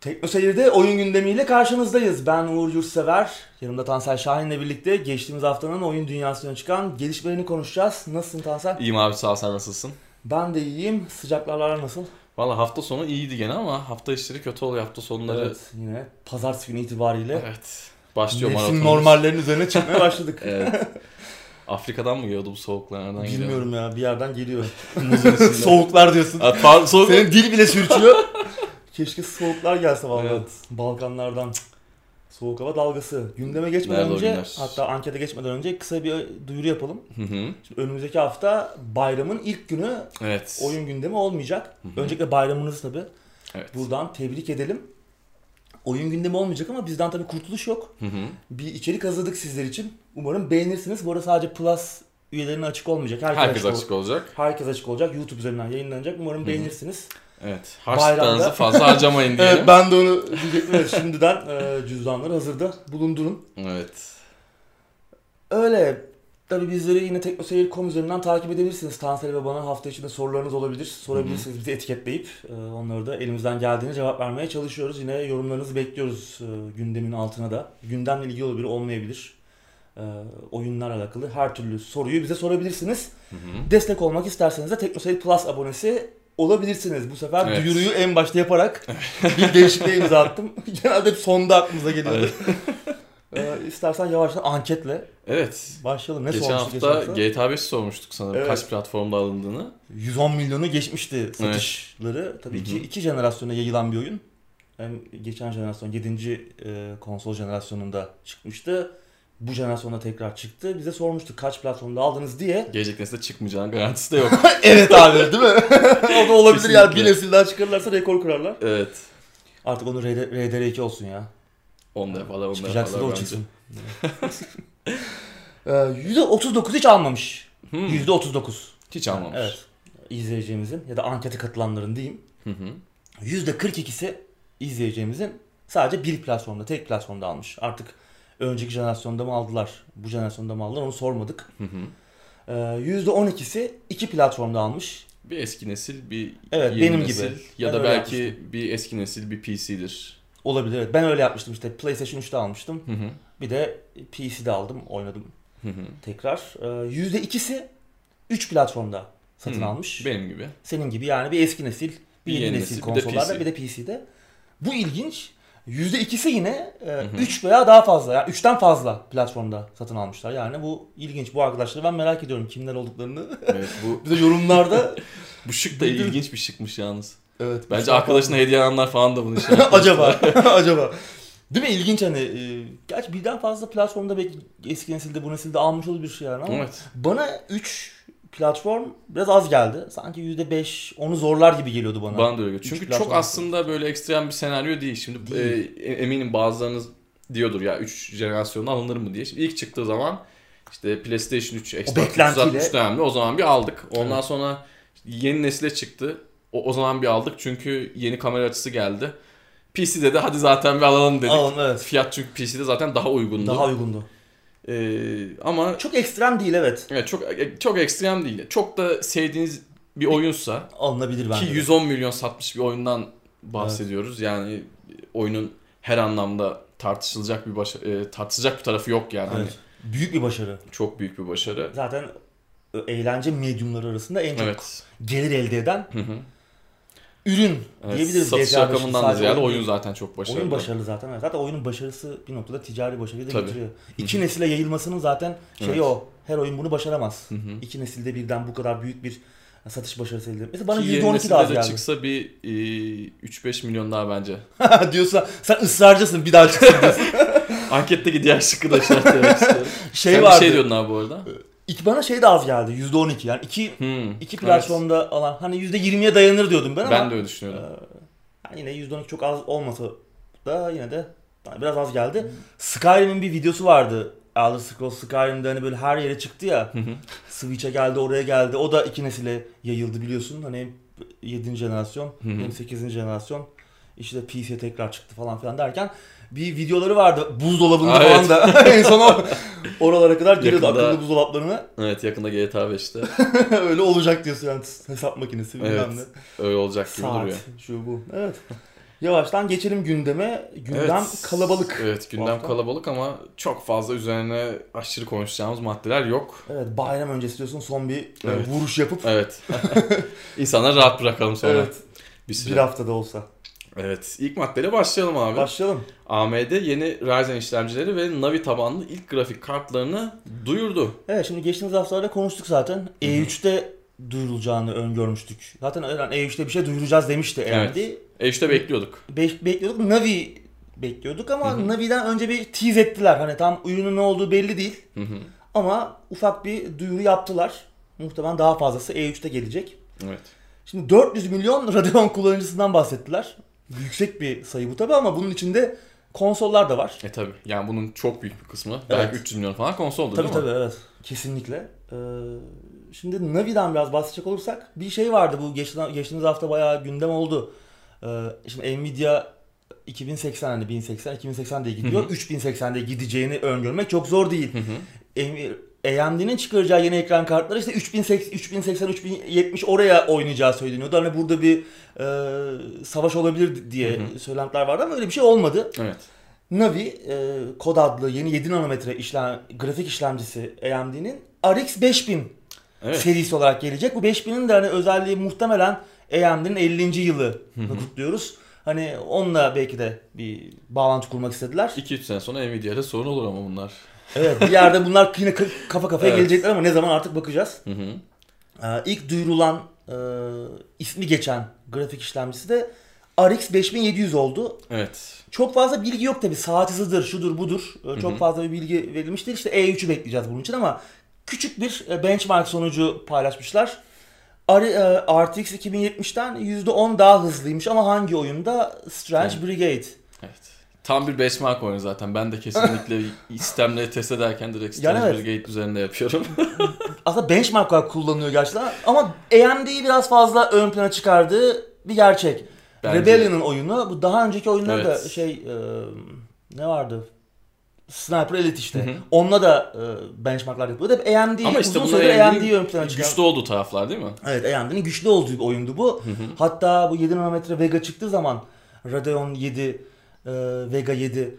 Tekno Seyir'de oyun gündemiyle karşınızdayız. Ben Uğur Yurtsever. Yanımda Tansel Şahin'le birlikte geçtiğimiz haftanın oyun dünyasına çıkan gelişmelerini konuşacağız. Nasılsın Tansel? İyiyim abi, sağ ol, sen nasılsın? Ben de iyiyim. Sıcaklarla nasıl? Valla hafta sonu iyiydi gene ama hafta işleri kötü oluyor, hafta sonları. Evet, yine pazartesi günü itibariyle. Evet. Başlıyor mevsim maratonumuz. normallerin üzerine çıkmaya başladık. Evet. Afrika'dan mı geliyordu bu soğuklar? Nereden Bilmiyorum geliyordu? ya, bir yerden geliyor. Soğuklar diyorsun. Soğuk. Senin dil bile sürçüyor. Keşke soğuklar gelse vallahi. Evet. Balkanlardan. Soğuk hava dalgası. Gündeme geçmeden Nerede o önce, günler? hatta ankete geçmeden önce kısa bir duyuru yapalım. Hı hı. Şimdi önümüzdeki hafta bayramın ilk günü Evet. oyun gündemi olmayacak. Hı hı. Öncelikle bayramınız tabii. Evet. Buradan tebrik edelim. Oyun gündemi olmayacak ama bizden tabii kurtuluş yok. Hı hı. Bir içerik hazırladık sizler için. Umarım beğenirsiniz. Bu arada sadece Plus üyelerine açık olmayacak. Herkes açık olacak. Herkes açık olacak. YouTube üzerinden yayınlanacak. Umarım beğenirsiniz. Evet. Harçlıklarınızı fazla harcamayın diyelim. Evet, ben de onu diyecektim. Evet, şimdiden cüzdanları hazırda bulundurun. Evet. Öyle. Tabii bizleri yine teknoseyir.com üzerinden takip edebilirsiniz. Tansel ve bana hafta içinde sorularınız olabilir. Sorabilirsiniz, bizi etiketleyip. Onları da elimizden geldiğince cevap vermeye çalışıyoruz. Yine yorumlarınızı bekliyoruz gündemin altına da. Gündemle ilgili olabilir, olmayabilir. Oyunlarla alakalı her türlü soruyu bize sorabilirsiniz. Hı hı. Destek olmak isterseniz de Teknoseyir Plus abonesi olabilirsiniz. Bu sefer Evet. duyuruyu en başta yaparak bir değişikliğe imza attım. Genelde hep sonda aklımıza geliyordu. İstersen yavaştan anketle Evet. başlayalım. Ne Geçen sormuştuk hafta GTA 5 sormuştuk sanırım. Evet. Kaç platformda alındığını. 110 milyonu geçmişti satışları. Tabii iki jenerasyona yayılan bir oyun. Hem geçen jenerasyon 7. konsol jenerasyonunda çıkmıştı. Bu jenerasyonda tekrar çıktı. Bize sormuştuk kaç platformda aldınız diye. Gelecek nesilde çıkmayacağının garantisi de yok. Evet abi, değil mi? O da olabilir yani. Bir Kesinlikle. nesil daha çıkarırlarsa rekor kurarlar. Evet. Artık onu RDR2 olsun ya. Onu da yaparlar, onu da Çıkacaksa da yaparlar o bence. çıksın. %39 hiç almamış. Hmm. %39. Hiç almamış. Evet. İzleyeceğimizin ya da ankete katılanların diyeyim. Hı hı. %42'si izleyeceğimizin sadece bir platformda, tek platformda almış. Artık önceki jenerasyonda mı aldılar, bu jenerasyonda mı aldılar onu sormadık. Hı hı. %12'si iki platformda almış. Bir eski nesil, bir Evet, yeni benim nesil gibi. ya Ben da öyle belki yapmıştım. bir eski nesil, bir PC'dir. Olabilir, evet. Ben öyle yapmıştım işte. PlayStation 3'te almıştım. Hı hı. Bir de PC'de aldım, oynadım Hı hı. tekrar. %2'si 3 platformda satın Hı. almış. Benim gibi. Senin gibi yani bir eski nesil, bir yeni nesil nesil, bir de konsollarda, PC. bir de PC'de. Bu ilginç. %2'si yine hı. 3 veya daha fazla, yani 3'ten fazla platformda satın almışlar. Yani bu ilginç. Bu arkadaşları ben merak ediyorum kimler olduklarını. Evet, bu Bir de yorumlarda bu şık da ilginç bir şıkmış yalnız. evet, Bence arkadaşına hediye alanlar falan da bunu şey yapıyor. acaba acaba. Değil mi? İlginç hani. Gerçi birden fazla platformda belki eski nesilde bu nesilde almış olabilir yani ama Evet. bana 3 platform biraz az geldi. Sanki %5 onu zorlar gibi geliyordu bana. Bana da öyle. Üç Çünkü platform çok aslında böyle ekstrem bir senaryo değil. Şimdi Değil. eminim bazılarınız diyordur ya 3 jenerasyonda alınır mı diye. Şimdi ilk çıktığı zaman işte PlayStation 3, Xbox beklentiyle. 360 dönemde o zaman bir aldık. Ondan Evet. sonra yeni nesile çıktı. O zaman bir aldık çünkü yeni kamera açısı geldi. PC'de de hadi zaten bir alalım dedik. Alalım, evet. Fiyat çünkü PC'de zaten daha uygundu. Daha uygundu. Ama Çok ekstrem değil, evet. evet, çok ekstrem değil. Çok da sevdiğiniz bir oyunsa Alınabilir bence. ki 110 milyon satmış bir oyundan bahsediyoruz. Yani oyunun her anlamda tartışılacak tartışacak bir tarafı yok yani. Evet. Büyük bir başarı. Hani çok büyük bir başarı. Zaten eğlence medyumları arasında en çok Evet. gelir elde eden Hı hı. ürün Evet, diyebiliriz. satış GTA 5'in. rakamından da Sadece ziyade oyun zaten çok başarılı. Oyun başarılı zaten. Evet. Zaten oyunun başarısı bir noktada ticari başarıyı da Tabii. getiriyor. İki nesile yayılmasının zaten şeyi Evet. o. Her oyun bunu başaramaz. Hı hı. İki nesilde birden bu kadar büyük bir satış başarısı elde. Mesela bana Ki yeni %12 daha az nesilde de geldi. çıksa bir 3-5 milyon daha bence. Diyorsa sen ısrarcısın, bir daha çıksın diyorsun. Anketteki diğer şıkkı da işaretlemek istiyorum. Şey Sen vardı. bir şey diyordun abi bu arada. Bana şey de az geldi. %12 yani iki platformda alan hani %20'ye dayanır diyordum ben ama. Ben de öyle düşünüyordum. Yani yine %12 çok az olmasa da yine de biraz az geldi. Skyrim'in bir videosu vardı. Elder Scrolls Skyrim'de hani böyle her yere çıktı ya. Hı hı. Switch'e geldi, oraya geldi. O da iki nesile yayıldı biliyorsun. Hani hem 7. jenerasyon Hı hı. hem 8. jenerasyon. İşte PC'ye tekrar çıktı falan filan derken bir videoları vardı. Buzdolabında Evet. falan da en son oralara kadar geliyordu Yakında- akıllı buzdolaplarına. Evet, yakında GTA 5'te Öyle olacak diyorsun yani, hesap makinesi bilmem Evet. ne. öyle olacak gibi Saat, duruyor. şu bu. Evet. Yavaştan geçelim gündeme. Gündem kalabalık. Evet, gündem kalabalık ama çok fazla üzerine aşırı konuşacağımız maddeler yok. Evet, bayram öncesi diyorsun, son bir vuruş yapıp. Evet. İnsanları rahat bırakalım sonra. Evet. Bir haftada olsa. Evet. İlk maddeyle başlayalım abi. Başlayalım. AMD yeni Ryzen işlemcileri ve Navi tabanlı ilk grafik kartlarını duyurdu. Evet, şimdi geçtiğimiz haftalarda konuştuk zaten. E3'te duyurulacağını öngörmüştük. Zaten E3'te bir şey duyuracağız demişti AMD. Evet. E3'te bekliyorduk. Bekliyorduk. Navi bekliyorduk ama Navi'den önce bir tease ettiler. Hani tam ürünün ne olduğu belli değil. Ama ufak bir duyuru yaptılar. Muhtemelen daha fazlası E3'te gelecek. Evet. Şimdi 400 milyon Radeon kullanıcısından bahsettiler. Yüksek bir sayı bu tabii ama bunun içinde konsollar da var. Tabii. Yani bunun çok büyük bir kısmı. Belki 300 milyon falan konsoldur değil mi? Tabii evet. Kesinlikle. Şimdi Navi'den biraz bahsedecek olursak bir şey vardı, bu geçtiğimiz hafta bayağı gündem oldu. Şimdi Nvidia 2080 hani 1080 2080 diye gidiyor. 3080'de gideceğini öngörmek çok zor değil. AMD'nin çıkaracağı yeni ekran kartları işte 3080 3070 oraya oynayacağı söyleniyordu. Hani burada bir savaş olabilir diye söylentiler vardı ama öyle bir şey olmadı. Evet. Navi kod adlı yeni 7 nanometre grafik işlemcisi AMD'nin RX 5000 serisi olarak gelecek. Bu 5000'in de hani özelliği muhtemelen AMD'nin 50. yılını kutluyoruz. Hani onunla belki de bir bağlantı kurmak istediler. 2-3 sene sonra Nvidia'da sorun olur ama bunlar. Evet, bir yerde bunlar yine kafa kafaya gelecekler ama ne zaman artık bakacağız. İlk duyurulan ismi geçen grafik işlemcisi de RX 5700 oldu. Evet. Çok fazla bilgi yok tabii. Saat hızıdır, şudur budur. Çok fazla bir bilgi verilmiş değil. İşte E3'ü bekleyeceğiz bunun için ama küçük bir benchmark sonucu paylaşmışlar. RTX 2070'ten %10 daha hızlıymış ama hangi oyunda? Strange Brigade. Evet. Tam bir benchmark oyunu zaten. Ben de kesinlikle sistemleri test ederken direkt Strange Brigade üzerinde yapıyorum. Aslında benchmark olarak kullanılıyor gerçekten ama AMD'yi biraz fazla ön plana çıkardığı bir gerçek. Bence. Rebellion'ın oyunu, bu daha önceki oyunlar da ne vardı? Sniper Elite işte. Onunla da benchmarklar yapıyordu. Hep AMD, ama işte uzun süredir AMD'yi ön plana çıkardı. Güçlü olduğu taraflar değil mi? Evet, AMD'nin güçlü olduğu bir oyundu bu. Hatta bu 7 nanometre Vega çıktığı zaman Radeon 7 Vega 7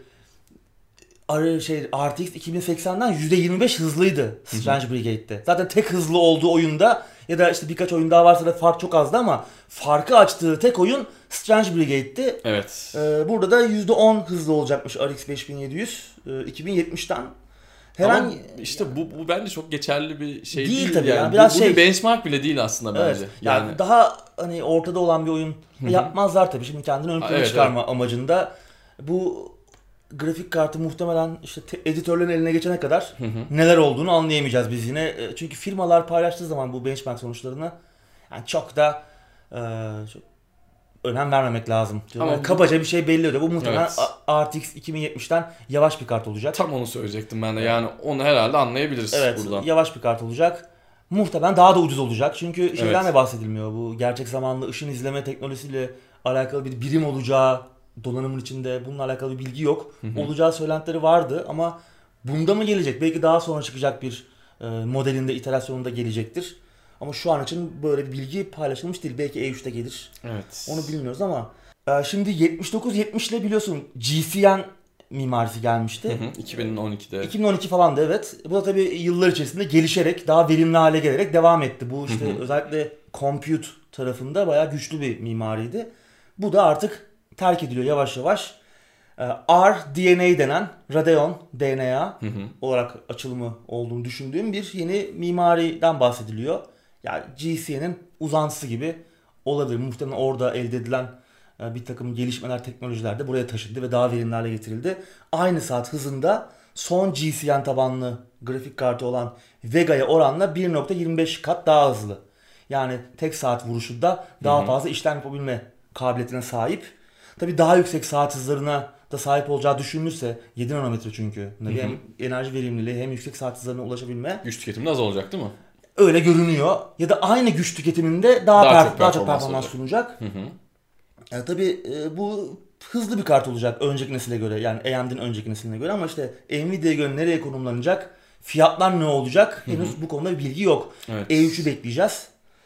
RTX 2080'den %25 hızlıydı Strange Brigade'de. Zaten tek hızlı olduğu oyunda ya da işte birkaç oyun daha varsa da fark çok azdı ama farkı açtığı tek oyun Strange Brigade'di. Evet. Burada da %10 hızlı olacakmış RX 5700 2070'ten. Ama işte bu bence çok geçerli bir şey değil tabii yani. Biraz bu bir benchmark bile değil aslında bence. Evet. Yani daha hani ortada olan bir oyun yapmazlar tabii. Şimdi kendini ön plana çıkarma amacında. Bu grafik kartı muhtemelen işte editörlerin eline geçene kadar neler olduğunu anlayamayacağız biz yine. Çünkü firmalar paylaştığı zaman bu benchmark sonuçlarını yani çok da çok önem vermemek lazım. Ama kabaca bir şey belli oluyor. Bu muhtemelen RTX 2070'ten yavaş bir kart olacak. Tam onu söyleyecektim ben de. Yani onu herhalde anlayabiliriz buradan. Evet, yavaş bir kart olacak. Muhtemelen daha da ucuz olacak. Çünkü şeyden de bahsedilmiyor. Bu gerçek zamanlı ışın izleme teknolojisiyle alakalı bir birim olacağı donanımın içinde, bununla alakalı bir bilgi yok. Olacağı söylentileri vardı ama bunda mı gelecek? Belki daha sonra çıkacak bir modelinde, iterasyonunda gelecektir. Ama şu an için böyle bir bilgi paylaşılmış değil. Belki E3'te gelir. Evet. Onu bilmiyoruz ama şimdi 7970 ile biliyorsun GCN mimarisi gelmişti. 2012'de. 2012 falan da evet. Bu da tabii yıllar içerisinde gelişerek, daha verimli hale gelerek devam etti. Bu işte özellikle compute tarafında bayağı güçlü bir mimariydi. Bu da artık terk ediliyor yavaş yavaş. RDNA denen Radeon DNA olarak açılımı olduğunu düşündüğüm bir yeni mimariden bahsediliyor. Yani GCN'in uzantısı gibi olabilir. Muhtemelen orada elde edilen bir takım gelişmeler, teknolojiler de buraya taşındı ve daha verimli hale getirildi. Aynı saat hızında son GCN tabanlı grafik kartı olan Vega'ya oranla 1.25 kat daha hızlı. Yani tek saat vuruşunda daha fazla işlem yapabilme kabiliyetine sahip. Tabii daha yüksek saat hızlarına da sahip olacağı düşünülürse 7 nanometre çünkü. Hem enerji verimliliği hem yüksek saat hızlarına ulaşabilme. Güç tüketimi de az olacak değil mi? Öyle görünüyor. Ya da aynı güç tüketiminde daha çok performans sunacak. Tabii bu hızlı bir kart olacak önceki nesile göre. Yani AMD'nin önceki nesline göre ama işte Nvidia'ya göre nereye konumlanacak? Fiyatlar ne olacak? Henüz bu konuda bir bilgi yok. Evet. E3'ü bekleyeceğiz.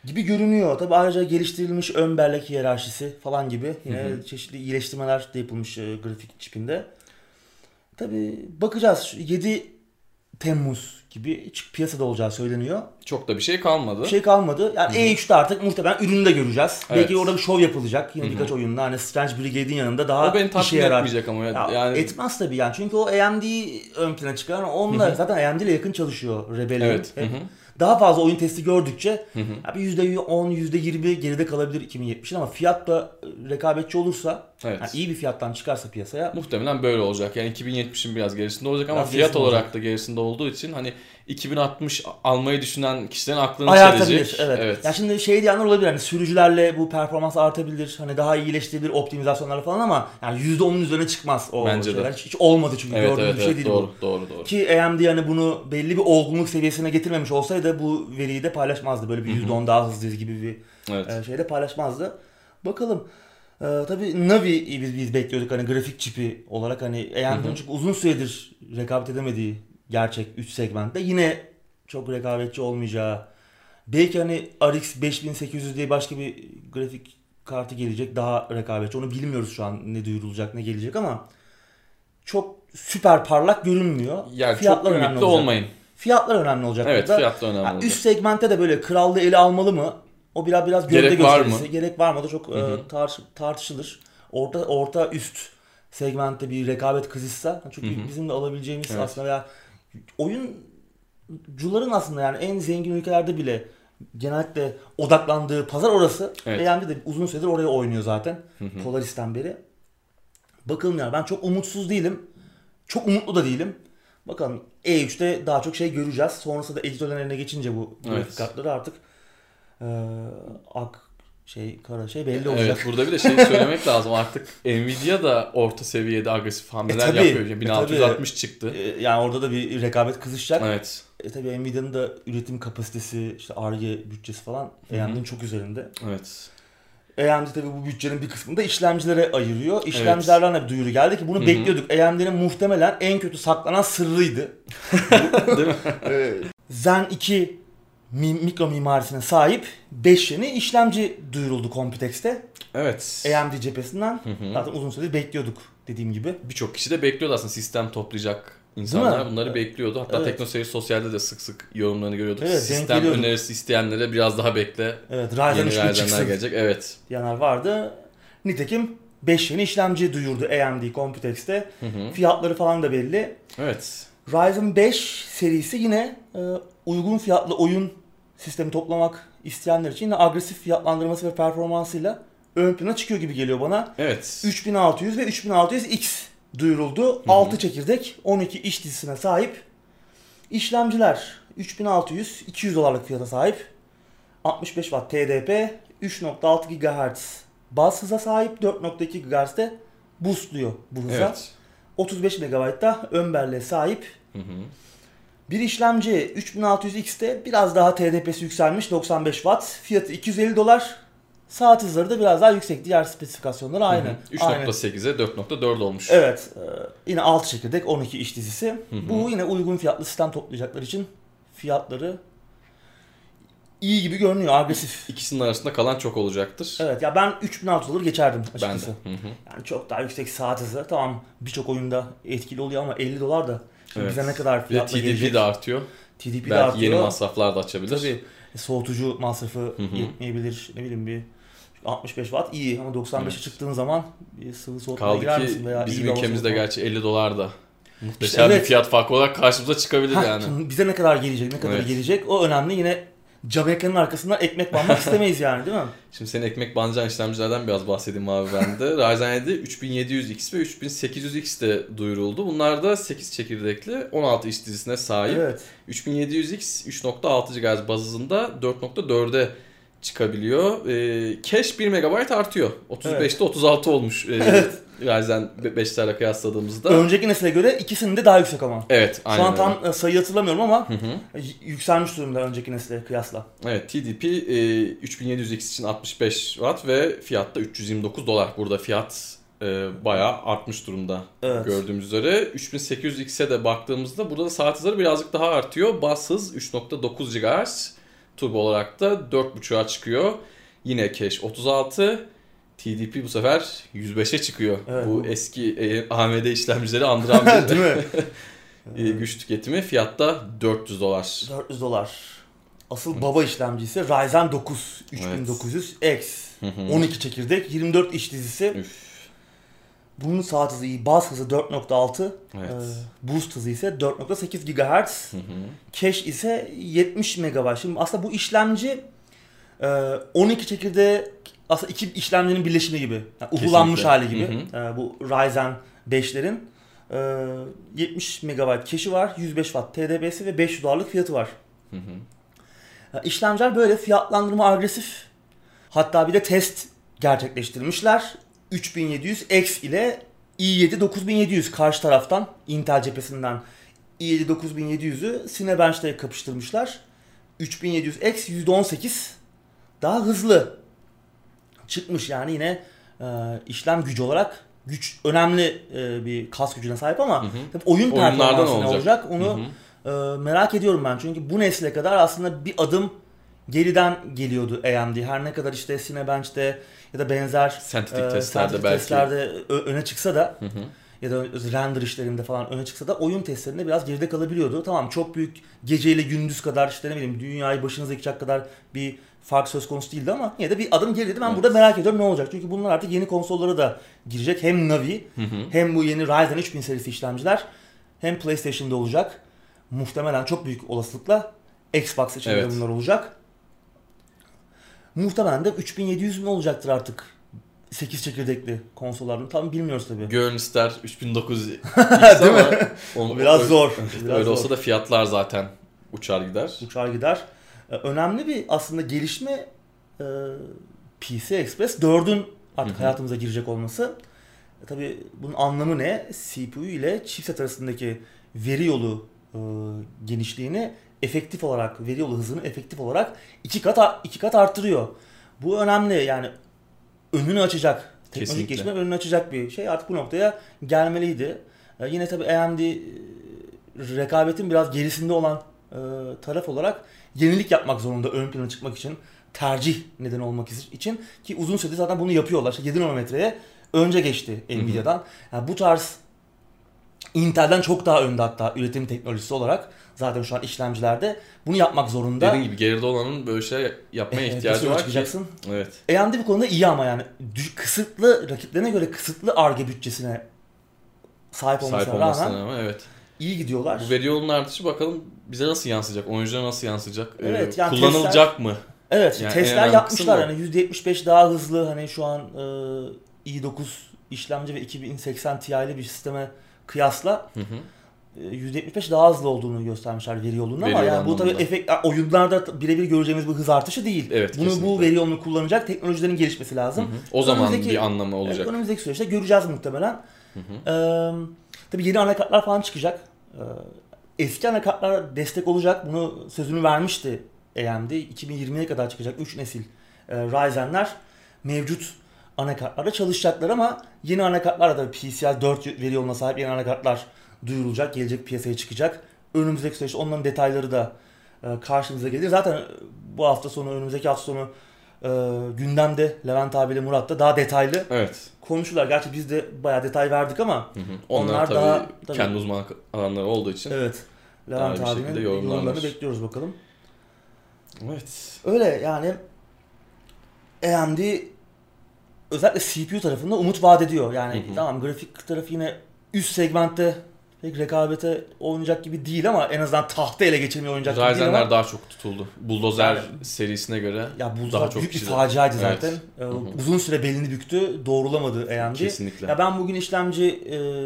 gibi görünüyor. Tabii ayrıca geliştirilmiş ön bellek hiyerarşisi falan gibi yine çeşitli iyileştirmeler de yapılmış grafik çipinde. Tabii bakacağız. 7 Temmuz gibi piyasada olacağı söyleniyor. Çok da bir şey kalmadı. Bir şey kalmadı. Yani E3'te artık muhtemelen ürünü de göreceğiz. Evet. Belki orada bir şov yapılacak. Yine birkaç oyunda hani Strange Brigade'in yanında daha o beni işe tatmin yarar. etmeyecek ama Yani etmez tabii yani. Çünkü o AMD'yi ön plana çıkaran onunla zaten AMD ile yakın çalışıyor Rebellion. Evet. Daha fazla oyun testi gördükçe bir %10, %20 geride kalabilir 2070'in ama fiyat da rekabetçi olursa Evet. yani iyi bir fiyattan çıkarsa piyasaya muhtemelen böyle olacak. Yani 2070'in biraz gerisinde olacak ama Biraz fiyat gerisinde olarak olacak. da gerisinde olduğu için hani 2060 almayı düşünen kişilerin aklını ayartabilir. çelecek. Evet. Yani şimdi şey diyenler olabilir hani sürücülerle bu performans artabilir. Hani daha iyileştirilir optimizasyonlarla falan ama yani %10'un üzerine çıkmaz o Bence şeyler. de. Hiç olmadı çünkü Evet, gördüğümüz bir şey değil doğru, bu. doğru. Ki AMD yani bunu belli bir olgunluk seviyesine getirmemiş olsaydı bu veriyi de paylaşmazdı. Böyle bir %10 daha hızlı gibi bir Evet. şeyde paylaşmazdı. Bakalım. Tabii Navi biz bekliyorduk hani grafik çipi olarak hani AMD'nin çünkü uzun süredir rekabet edemediği gerçek 3 segmentte yine çok rekabetçi olmayacağı. Belki hani RX 5800 diye başka bir grafik kartı gelecek daha rekabetçi. Onu bilmiyoruz şu an ne duyurulacak ne gelecek ama çok süper parlak görünmüyor. Yani Fiyatlar çok önemli ümitli olacak. olmayın. Fiyatlar önemli olacak Evet, burada. fiyatlar önemli olacak. Üst segmentte de böyle krallığı ele almalı mı? O biraz gövde Gerek var gösterisi. mı? Gerek var mı? O da çok tartışılır. Orta üst segmentte bir rekabet kızışsa çünkü bizim de alabileceğimiz Evet. aslında veya oyuncuların aslında yani en zengin ülkelerde bile genellikle odaklandığı pazar orası. Evet. AMD de uzun süredir oraya oynuyor zaten. Polaris'ten beri. Bakalım yani ben çok umutsuz değilim. Çok umutlu da değilim. Bakalım E3'te daha çok şey göreceğiz. Sonrasında da editörlerine geçince bu grafik kartları artık kara şey belli olacak. Evet, burada bir de şey söylemek lazım artık Nvidia da orta seviyede agresif hamleler yapıyor. Yani 1660 çıktı. Yani orada da bir rekabet kızışacak. Evet. Tabii Nvidia'nın da üretim kapasitesi, işte Ar-Ge bütçesi falan AMD'nin çok üzerinde. Evet. AMD tabii bu bütçenin bir kısmını da işlemcilere ayırıyor. İşlemcilerden de bir duyuru geldi ki bunu bekliyorduk. AMD'nin muhtemelen en kötü saklanan sırrıydı. Değil mi? Zen 2 mikro mimarisine sahip 5 yeni işlemci duyuruldu Computex'te. Evet. AMD cephesinden. Zaten uzun süredir bekliyorduk dediğim gibi. Birçok kişi de bekliyordu aslında sistem toplayacak insanlar bunları bekliyordu. Hatta TeknoSeyir Sosyal'de de sık sık yorumlarını görüyorduk. Evet, sistem önerisi isteyenlere biraz daha bekle. Evet, Ryzen 3 çıksın gelecek. Evet. diyenler vardı. Nitekim 5 yeni işlemci duyurdu AMD Computex'te. Fiyatları falan da belli. Evet. Ryzen 5 serisi yine uygun fiyatlı oyun sistemi toplamak isteyenler için yine agresif fiyatlandırması ve performansıyla ön plana çıkıyor gibi geliyor bana. Evet. 3600 ve 3600X duyuruldu. 6 çekirdek, 12 iş dizisine sahip işlemciler. 3600, $200 fiyata sahip. 65 Watt TDP, 3.6 GHz baz hıza sahip, 4.2 GHz'de boostluyor bu hıza. Evet. 35 MB'da ön belleğe sahip. Bir işlemci 3600X'te biraz daha TDP'si yükselmiş, 95 Watt. Fiyatı $250. Saat hızları da biraz daha yüksek. Diğer spesifikasyonları aynı. 3.8'e 4.4 olmuş. Evet. Yine 6 çekirdek, 12 iş dizisi. Bu yine uygun fiyatlı sistem toplayacaklar için fiyatları iyi gibi görünüyor, agresif. İkisinin arasında kalan çok olacaktır. Evet ya ben 3600 olur geçerdim açıkçası. Ben de. Yani çok daha yüksek saat hızı. Tamam birçok oyunda etkili oluyor ama $50 da. Şimdi Evet. bize ne kadar fiyatla gelecek? TDP de artıyor. TDP de belki artıyor. yeni masraflar da açabilir. Tabii soğutucu masrafı yetmeyebilir. Ne bileyim bir 65 Watt iyi ama 95'e çıktığın zaman bir sıvı soğutmaya girer misin? Kaldı Veya ki bizim iyi bir hava ülkemizde soğutma. gerçi $50 da muhteşem İşte evet. bir fiyat farkı olarak karşımıza çıkabilir yani. Şimdi bize ne kadar gelecek, ne kadar gelecek o önemli. Yine cam ekranın arkasından ekmek banmak istemeyiz yani değil mi? Şimdi senin ekmek banacağın işlemcilerden biraz bahsedeyim abi ben de. Ryzen 7 3700X ve 3800X de duyuruldu. Bunlar da 8 çekirdekli 16 iş dizisine sahip. Evet. 3700X 3.6 GHz baz hızında 4.4'e çıkabiliyor. Cache 1 MB artıyor. 35'te 36 olmuş Ryzen 5'lerle kıyasladığımızda. Önceki nesile göre ikisinin de daha yüksek ama. Evet, aynen. Şu an tam sayı hatırlamıyorum ama yükselmiş durumda önceki nesile kıyasla. Evet, TDP 3700X için 65 Watt ve fiyatta $329. Burada fiyat bayağı artmış durumda gördüğümüz üzere. 3800X'e de baktığımızda burada da saat hızları birazcık daha artıyor. Baz hız 3.9 GHz. Turbo olarak da 4.5'a çıkıyor. Yine cache 36. TDP bu sefer 105'e çıkıyor. Evet, bu eski AMD işlemcileri andıran bir değil mi? güç tüketimi. Fiyatta $400. $400. Asıl baba işlemcisi Ryzen 9 3900X. 12 çekirdek, 24 iş dizisi. Üf. Bunun saat hızı iyi. Baz hızı 4.6. Evet. Boost hızı ise 4.8 GHz. Cache ise 70 MB. Şimdi aslında bu işlemci 12 çekirdeği aslında iki işlemcinin birleşimi gibi. Yani uhulanmış hali gibi. Bu Ryzen 5'lerin 70 MB cache'i var. 105 Watt TDP'si ve $500 fiyatı var. İşlemciler böyle fiyatlandırma agresif. Hatta bir de test gerçekleştirmişler. 3700X ile i7 9700 karşı taraftan Intel cephesinden i7 9700'ü Cinebench'te kapıştırmışlar. 3700X %18 daha hızlı çıkmış, yani yine işlem gücü olarak önemli bir kas gücüne sahip ama tabii oyun performansı ne olacak onu merak ediyorum ben. Çünkü bu nesle kadar aslında bir adım geriden geliyordu AMD. Her ne kadar işte Cinebench'te ya da benzer sentetik testlerde öne çıksa da ya da render işlerinde falan öne çıksa da oyun testlerinde biraz geride kalabiliyordu. Tamam, çok büyük geceyle gündüz kadar işte ne bileyim dünyayı başınıza yıkacak kadar bir fark söz konusu değildi ama yine de bir adım gerideydi. Ben burada merak ediyorum ne olacak. Çünkü bunlar artık yeni konsollara da girecek. Hem Navi hem bu yeni Ryzen 3000 serisi işlemciler hem PlayStation'da olacak. Muhtemelen çok büyük olasılıkla Xbox için de bunlar olacak. Muhtemelen de 3700 mi olacaktır artık 8 çekirdekli konsolların, tam bilmiyoruz tabii. Gönül ister 3900 ama o biraz zor. Öyle olsa da fiyatlar zaten uçar gider. Önemli bir aslında gelişme PC Express 4'ün artık hayatımıza girecek olması. Tabii bunun anlamı ne? CPU ile chipset arasındaki veri yolu genişliğini efektif olarak, veri yolu hızını efektif olarak iki kat arttırıyor. Bu önemli, yani önünü açacak, teknolojik gelişme önünü açacak bir şey, artık bu noktaya gelmeliydi. Yine tabii AMD rekabetin biraz gerisinde olan taraf olarak yenilik yapmak zorunda ön plana çıkmak için, tercih nedeni olmak için, ki uzun süredir zaten bunu yapıyorlar. İşte 7 nanometreye önce geçti Nvidia'dan. Yani bu tarz Intel'den çok daha önde hatta üretim teknolojisi olarak zaten şu an işlemcilerde bunu yapmak zorunda. Dediğin gibi geride olanın böyle şey yapmaya ihtiyacı var çıkacaksın. ki. Evet. AMD bu konuda iyi ama yani kısıtlı, rakiplerine göre kısıtlı Ar-Ge bütçesine sahip olmasına rağmen evet. iyi gidiyorlar. Bu veri yolunun artışı bakalım bize nasıl yansıyacak, oyunculara nasıl yansıyacak, evet, yani kullanılacak mı? Evet, yani testler yapmışlar hani %75 daha hızlı, hani şu an i9 işlemci ve 2080 Ti'li bir sisteme kıyasla %75 daha hızlı olduğunu göstermişler veri yolunda ama yani bu tabii oyunlarda birebir göreceğimiz bir hız artışı değil. Evet, bunu kesinlikle. Bu veri yolunu kullanacak teknolojilerin gelişmesi lazım. O zaman bir anlamı olacak. Evet, önümüzdeki süreçte göreceğiz muhtemelen. Tabii yeni anakartlar falan çıkacak. Eski anakartlar destek olacak. Bunu sözünü vermişti AMD. 2020'ye kadar çıkacak 3 nesil Ryzen'ler mevcut anakartlarda çalışacaklar ama yeni anakartlar da PCIe 4 veri yoluna sahip yeni anakartlar duyurulacak, gelecek, piyasaya çıkacak. Önümüzdeki süreçte onların detayları da karşımıza gelir. Zaten bu hafta sonu, önümüzdeki hafta sonu gündemde Levent abiyle Murat da daha detaylı konuşurlar. Gerçi biz de bayağı detay verdik ama onlar tabii kendi uzman alanları olduğu için. Evet. Levent abinin yorumlarını bekliyoruz bakalım. Evet. Öyle yani AMD özellikle CPU tarafında umut vaat ediyor. Yani tamam, grafik tarafı yine üst segmentte pek rekabete oynayacak gibi değil ama en azından tahta ele geçirmeye oynayacak gibi değil ama. Ryzen'ler daha çok tutuldu. Bulldozer serisine göre daha çok büyük bir faciaydı zaten. Evet. Uzun süre belini büktü. Doğrulamadı AMD. Kesinlikle. Ya ben bugün işlemci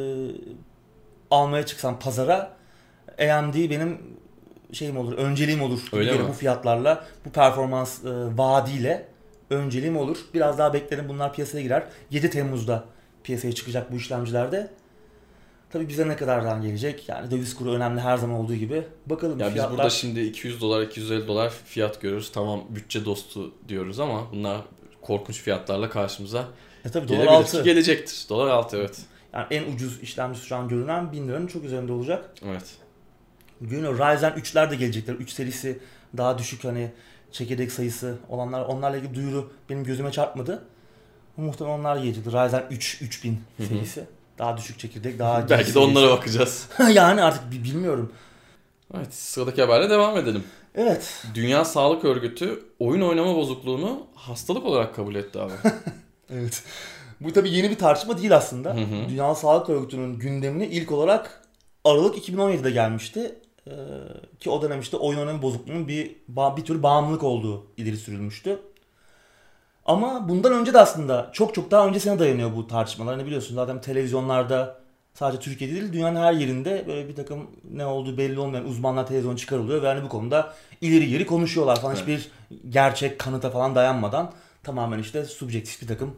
almaya çıksam pazara, AMD benim şeyim olur, önceliğim olur. Öyle mi? Bu fiyatlarla, bu performans vaadiyle önceliğim olur. Biraz daha beklerim, bunlar piyasaya girer. 7 Temmuz'da piyasaya çıkacak bu işlemcilerde. Tabii bize ne kadardan gelecek? Yani döviz kuru önemli her zaman olduğu gibi. Bakalım ya fiyatlar. Biz burada şimdi $200, $250 fiyat görüyoruz. Tamam, bütçe dostu diyoruz ama bunlar korkunç fiyatlarla karşımıza tabii dolar 6. Gelecektir. Dolar 6, evet. Yani en ucuz işlemci şu an görünen 1000 liranın çok üzerinde olacak. Evet. Ryzen 3'ler de gelecekler. 3 serisi daha düşük, hani çekirdek sayısı olanlar, onlarla ilgili duyuru benim gözüme çarpmadı. Muhtemelen onlar gelecektir. Ryzen 3 3000 serisi. Daha düşük çekirdek, daha belki de onlara bakacağız. Yani artık bilmiyorum. Evet, sıradaki haberle devam edelim. Evet. Dünya Sağlık Örgütü oyun oynama bozukluğunu hastalık olarak kabul etti abi. Evet. Bu tabii yeni bir tartışma değil aslında. Dünya Sağlık Örgütü'nün gündemine ilk olarak Aralık 2017'de gelmişti. Ki o dönem işte oyun oynama bozukluğunun bir tür bağımlılık olduğu ileri sürülmüştü. Ama bundan önce de aslında çok daha öncesine dayanıyor bu tartışmalar. Hani biliyorsun zaten televizyonlarda sadece Türkiye'de değil dünyanın her yerinde böyle bir takım ne olduğu belli olmayan uzmanlar televizyon çıkarılıyor ve hani bu konuda ileri geri konuşuyorlar falan. Evet. Hiçbir gerçek kanıta falan dayanmadan tamamen işte subjektif bir takım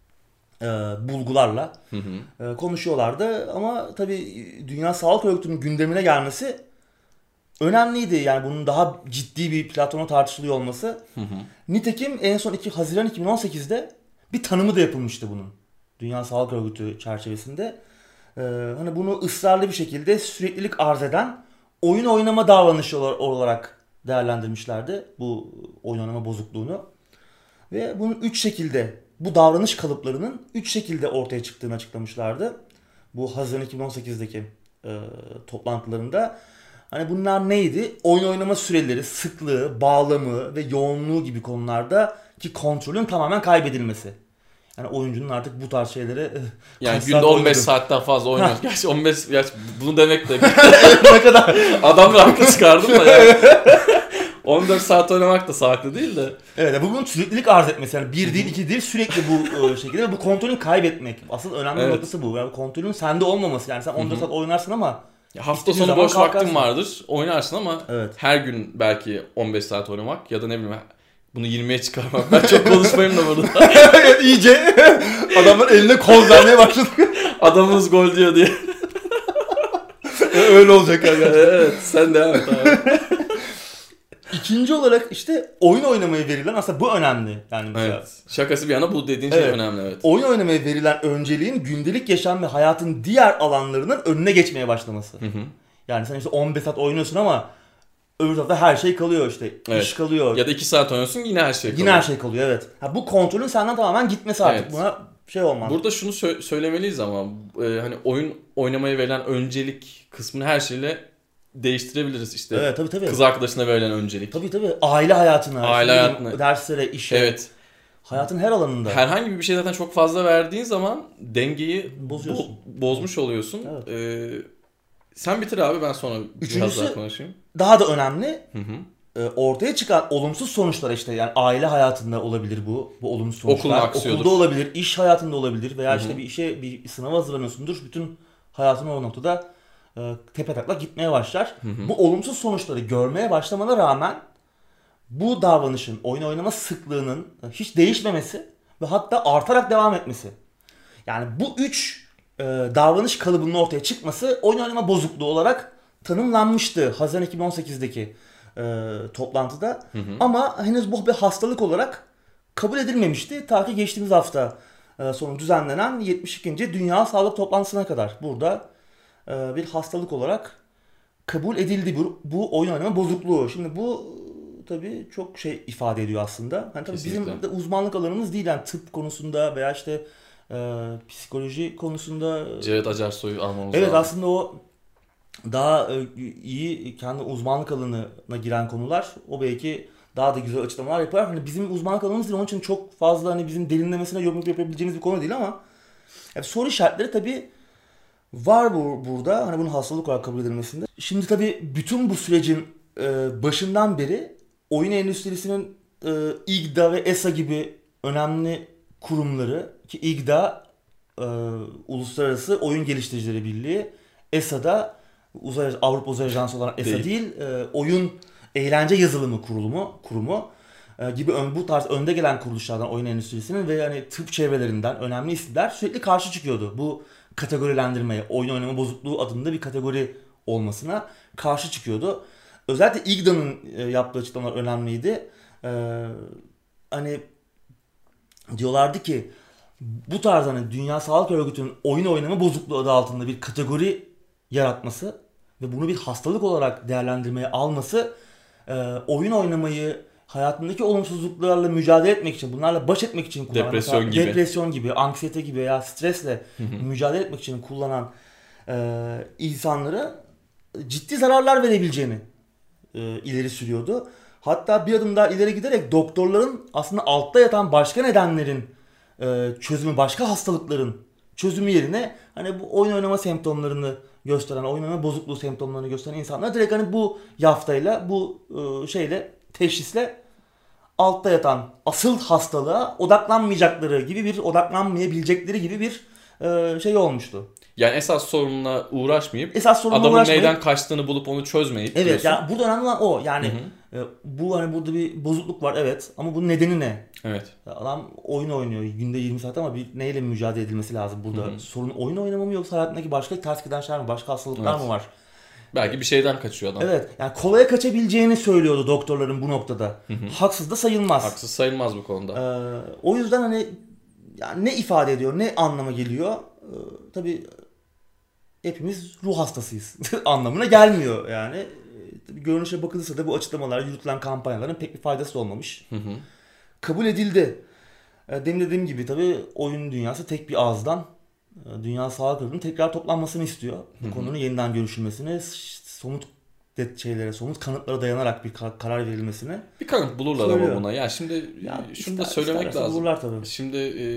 bulgularla konuşuyorlardı. Ama tabii Dünya Sağlık Örgütü'nün gündemine gelmesi önemliydi. Yani bunun daha ciddi bir platforma tartışılıyor olması. Nitekim en son Haziran 2018'de bir tanımı da yapılmıştı bunun. Dünya Sağlık Örgütü çerçevesinde. Hani bunu ısrarlı bir şekilde süreklilik arz eden oyun oynama davranışı olarak değerlendirmişlerdi. Bu oyun oynama bozukluğunu. Ve bunun 3 şekilde, bu davranış kalıplarının 3 şekilde ortaya çıktığını açıklamışlardı. Bu Haziran 2018'deki toplantılarında. Hani bunlar neydi? Oyun oynama süreleri, sıklığı, bağlamı ve yoğunluğu gibi konularda ki kontrolün tamamen kaybedilmesi. Yani oyuncunun artık bu tarz şeylere yani günde 15 saatten fazla oynuyor. Gerçi 15 bunu demek de ne kadar adamla haklı çıkardım da yani. 14 saat oynamak da sağlıklı değil de. Evet, bunun süreklilik arz etmesi. Yani bir değil, iki değil, sürekli bu şekilde ve bu kontrolün kaybetmek. Asıl önemli noktası bu. Yani kontrolün sende olmaması. Yani sen 14 saat oynarsın ama hafta sonu boş vaktin vardır. Oynarsın ama her gün belki 15 saat oynamak ya da ne bileyim bunu 20'ye çıkarmak. Ben çok konuşmayayım da burada. Evet, iyice adamlar eline kol vermeye başladı. Adamımız gol diyor diye. Öyle olacak arkadaşlar. Evet, sen devam et abi. İkinci olarak işte oyun oynamaya verilen, aslında bu önemli. Yani mesela, evet. Şakası bir yana bu dediğin şey önemli, evet. Oyun oynamaya verilen önceliğin gündelik yaşam ve hayatın diğer alanlarının önüne geçmeye başlaması. Yani sen işte 15 saat oynuyorsun ama öbür tarafta her şey kalıyor işte. Evet. İş kalıyor. Ya da 2 saat oynuyorsun yine her şey kalıyor. Yine her şey kalıyor, evet. Bu kontrolün senden tamamen gitmesi artık. Evet. Buna şey olmaz. Burada şunu söylemeliyiz ama hani oyun oynamaya verilen öncelik kısmını her şeyle değiştirebiliriz işte. Evet, tabii. Kız arkadaşına verilen öncelik. Tabii. Aile hayatına. Derslere, işe. Evet. Hayatın her alanında. Herhangi bir şey zaten çok fazla verdiğin zaman dengeyi bozmuş oluyorsun. Evet. Sen bitir abi, ben sonra biraz daha konuşayım. Daha da önemli. Ortaya çıkan olumsuz sonuçlar işte, yani aile hayatında olabilir bu olumsuz sonuçlar. Okulda olabilir, iş hayatında olabilir veya işte bir sınava hazırlanıyorsundur. Bütün hayatın o noktada tepetaklak gitmeye başlar. Bu olumsuz sonuçları görmeye başlamana rağmen bu davranışın, oyun oynama sıklığının hiç değişmemesi ve hatta artarak devam etmesi. Yani bu 3 davranış kalıbının ortaya çıkması oyun oynama bozukluğu olarak tanımlanmıştı Haziran 2018'deki toplantıda. Ama henüz bu bir hastalık olarak kabul edilmemişti. Ta ki geçtiğimiz hafta sonu düzenlenen 72. Dünya Sağlık Toplantısına kadar. Burada bir hastalık olarak kabul edildi bu oyun oynama bozukluğu. Şimdi bu tabii çok şey ifade ediyor aslında. Hani tabii bizim de uzmanlık alanımız değil, yani tıp konusunda veya işte psikoloji konusunda. Cevdet Acarsoy'u almamız lazım. Evet, aslında o daha iyi kendi uzmanlık alanına giren konular. O belki daha da güzel açıklamalar yapar. Hani bizim uzmanlık alanımız değil, onun için çok fazla hani bizim derinlemesine yorum yapabileceğimiz bir konu değil ama yani soru işaretleri tabii var burada. Hani bunun hastalık olarak kabul edilmesinde. Şimdi tabii bütün bu sürecin başından beri oyun endüstrisinin İGDA ve ESA gibi önemli kurumları, ki İGDA Uluslararası Oyun Geliştiricileri Birliği, ESA'da Avrupa Uzay Ajansı olan ESA değil, Oyun Eğlence Yazılımı Kurumu gibi bu tarz önde gelen kuruluşlardan oyun endüstrisinin ve yani tıp çevrelerinden önemli isimler sürekli karşı çıkıyordu. Bu kategorilendirmeye, oyun oynama bozukluğu adında bir kategori olmasına karşı çıkıyordu. Özellikle İGDA'nın yaptığı açıklamalar önemliydi. Hani diyorlardı ki bu tarz hani Dünya Sağlık Örgütü'nün oyun oynama bozukluğu adı altında bir kategori yaratması ve bunu bir hastalık olarak değerlendirmeye alması oyun oynamayı hayatındaki olumsuzluklarla mücadele etmek için, bunlarla baş etmek için kullanan, depresyon gibi, anksiyete gibi veya stresle mücadele etmek için kullanan insanlara ciddi zararlar verebileceğini ileri sürüyordu. Hatta bir adım daha ileri giderek doktorların aslında altta yatan başka nedenlerin çözümü, başka hastalıkların çözümü yerine hani bu oyun oynama semptomlarını gösteren, oyun oynama bozukluğu semptomlarını gösteren insanlar direkt hani bu yaftayla, bu teşhisle altta yatan asıl hastalığa odaklanmayabilecekleri gibi bir şey olmuştu. Yani esas sorunla uğraşmayıp adamın neyden kaçtığını bulup onu çözmeyip. Evet diyorsun. Yani burada önemli olan o. Yani bu hani burada bir bozukluk var evet ama bunun nedeni ne? Evet. Adam oyun oynuyor günde 20 saat ama neyle mücadele edilmesi lazım burada? Sorun oyun oynama mı yoksa hayatındaki başka ters giden şeyler mi? Başka hastalıklar mı var? Belki bir şeyden kaçıyor adam. Evet. Yani kolaya kaçabileceğini söylüyordu doktorların bu noktada. Haksız da sayılmaz. Haksız sayılmaz bu konuda. O yüzden hani yani ne ifade ediyor, ne anlama geliyor? Tabii hepimiz ruh hastasıyız anlamına gelmiyor yani. Görünüşe bakılırsa da bu açıklamalar, yürütülen kampanyaların pek bir faydası olmamış. Kabul edildi. Demin dediğim gibi tabii oyun dünyası tek bir ağızdan Dünya Sağlık Örgütü'nün tekrar toplanmasını istiyor. Bu konunun yeniden görüşülmesini, somut somut kanıtlara dayanarak bir karar verilmesini. Bir kanıt bulurlar ama buna. Ya şimdi şunu da söylemek lazım. Bulurlar tabii. Şimdi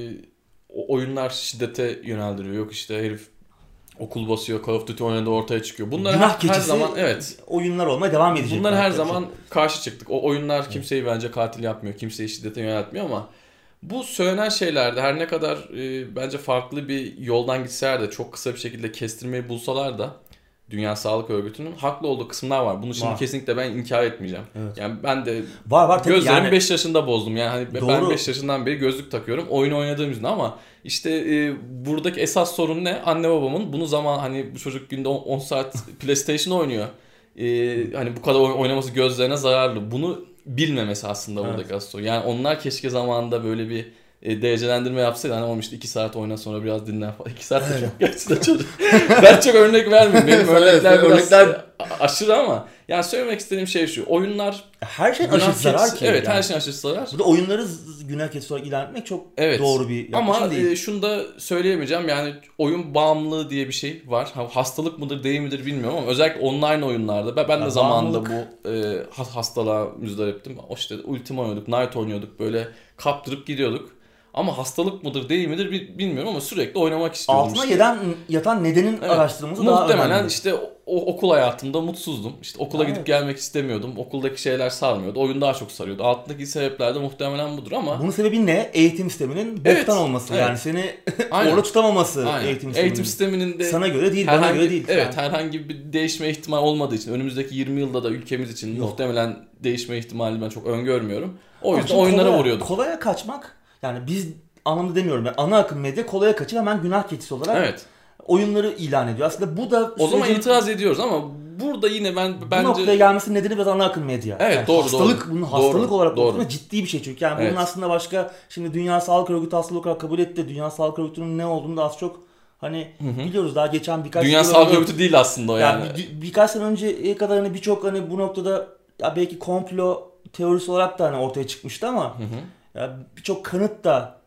oyunlar şiddete yöneldiriyor. Yok işte herif okul basıyor, Call of Duty oynadığı ortaya çıkıyor. Bunlar her zaman oyunlar olmaya devam edecek. Bunlar her zaman karşı çıktık. O oyunlar kimseyi bence katil yapmıyor, kimseyi şiddete yöneltmiyor ama bu söylenen şeylerde her ne kadar bence farklı bir yoldan gitseler de çok kısa bir şekilde kestirmeyi bulsalar da Dünya Sağlık Örgütü'nün haklı olduğu kısımlar var. Bunu şimdi kesinlikle ben inkar etmeyeceğim. Evet. Yani ben de gözlerimi 5 yaşında bozdum. Yani hani ben 5 yaşından beri gözlük takıyorum. Oyun oynadığım yüzünden ama işte buradaki esas sorun ne? Anne babamın bunu hani bu çocuk günde 10 saat PlayStation oynuyor. Hani bu kadar oynaması gözlerine zararlı. Bunu bilmemesi aslında buradaki asıl sorun. Yani onlar keşke zamanında böyle bir derecelendirme yapsaydı. Hani oğlum işte 2 saat oyna sonra biraz dinlen falan. 2 saat de çok gerçekten çocuk. Ben çok örnek vermeyeyim. Benim örnekler aşırı ama yani söylemek istediğim şey şu. Oyunlar her şey aşırı zarar ki. Evet, her şey aşırı zarar. Burada oyunları günah keçisi olarak ilan etmek çok doğru bir yaklaşım ama değil. Ama şunu da söyleyemeyeceğim. Yani oyun bağımlılığı diye bir şey var. Hastalık mıdır değil midir bilmiyorum ama özellikle online oyunlarda ben de zamanında bu hastalığa müzdariptim. İşte Ultima oynuyorduk, Night oynuyorduk. Böyle kaptırıp gidiyorduk. Ama hastalık mıdır değil midir bilmiyorum ama sürekli oynamak istiyordum. Altına yatan nedenin araştırılması daha önemli. Muhtemelen işte okul hayatımda mutsuzdum. İşte okula gidip gelmek istemiyordum. Okuldaki şeyler sarmıyordu. Oyun daha çok sarıyordu. Altındaki sebepler de muhtemelen budur ama... Bunun sebebi ne? Eğitim sisteminin boktan olması. Evet. Yani seni orada tutamaması eğitim sisteminin. Eğitim sisteminin de... Sana göre değil, bana göre değil. Evet, herhangi bir değişme ihtimali olmadığı için önümüzdeki 20 yılda da ülkemiz için muhtemelen değişme ihtimali ben çok öngörmüyorum. O yüzden oyunlara vuruyorduk. Kolaya kaçmak... Yani biz anlamda demiyorum ben. Ana akım medya kolaya kaçıp hemen günah keçisi olarak oyunları ilan ediyor. Aslında bu da... O zaman itiraz ediyoruz ama burada yine bence... Bu noktaya gelmesinin nedeni biraz ana akım medya. Evet, yani doğru. Bunun hastalık olarak doğru. Ciddi bir şey çünkü. Yani bunun aslında başka... Şimdi Dünya Sağlık Örgütü hastalık olarak kabul etti. Dünya Sağlık Örgütü'nün ne olduğunu da az çok biliyoruz. Daha geçen birkaç Dünya Sağlık Örgütü değil aslında o yani. Birkaç sene önceye kadar birçok bu noktada belki komplo teorisi olarak da ortaya çıkmıştı ama birçok kanıt da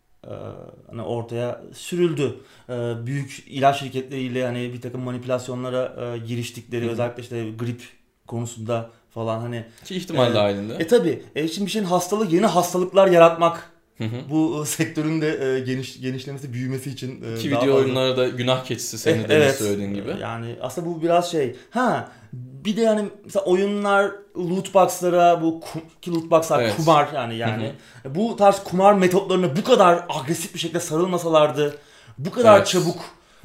ortaya sürüldü. Büyük ilaç şirketleriyle bir takım manipülasyonlara giriştikleri, özellikle işte grip konusunda falan ki ihtimal dahilinde. Tabii. Şimdi bir şeyin yeni hastalıklar yaratmak bu sektörün de genişlemesi, büyümesi için ki video oyunları da günah keçisi senin de söylediğin gibi. Yani aslında bu biraz bir de mesela oyunlar loot box'lara loot box'lar kumar yani bu tarz kumar metotlarına bu kadar agresif bir şekilde sarılmasalardı bu kadar çabuk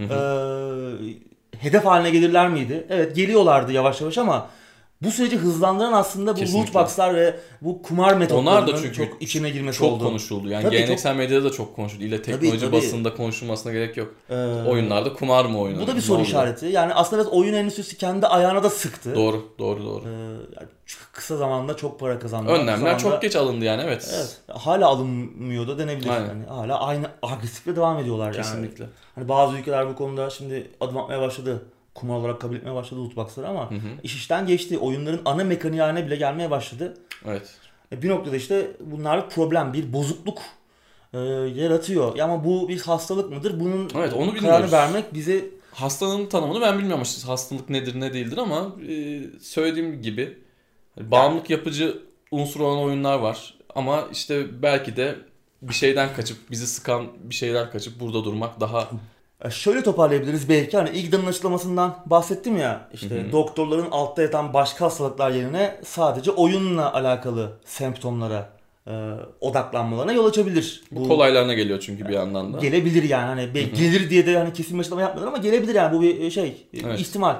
hedef haline gelirler miydi? Evet, geliyorlardı yavaş yavaş ama bu süreci hızlandıran aslında bu loot box'lar ve bu kumar metotlarının çok içine girmesi oldu. Çok konuşuldu. Yani geleneksel medyada da çok konuşuldu. İlle teknoloji basında konuşulmasına gerek yok. Oyunlarda kumar mı oynanıyor? Bu da bir soru işareti. Yani aslında biraz oyun endüstrisi kendi ayağına da sıktı. Doğru. Kısa zamanda çok para kazandı. Önlemler çok geç alındı yani evet. Hala alınmıyor da denebilir. Yani hala aynı agresifle devam ediyorlar. Kesinlikle. Yani bazı ülkeler bu konuda şimdi adım atmaya başladı. Kumar olarak kabul etmeye başladı loot box'ları ama iş işten geçti. Oyunların ana mekaniği haline bile gelmeye başladı. Evet. Bir noktada işte bunlar bir problem, bir bozukluk yaratıyor. Ya ama bu bir hastalık mıdır? Bunun Evet, onu kararını bilmiyoruz. vermek bize... Hastalığın tanımını ben bilmiyorum açıkçası. Hastalık nedir ne değildir ama söylediğim gibi Yani, bağımlılık yapıcı unsur olan oyunlar var. Ama işte belki de bir şeyden kaçıp, bizi sıkan bir şeyden kaçıp burada durmak daha... şöyle toparlayabiliriz belki. Hani İGDA'nın açıklamasından bahsettim ya. İşte Hı hı. doktorların altta yatan başka hastalıklar yerine sadece oyunla alakalı semptomlara odaklanmalarına yol açabilir. Bu kolaylarına geliyor çünkü bir yandan da. Gelebilir yani. Hani Hı hı. gelir diye de hani kesin bir açıklama yapmıyorlar ama gelebilir yani. Bu bir Evet. ihtimal.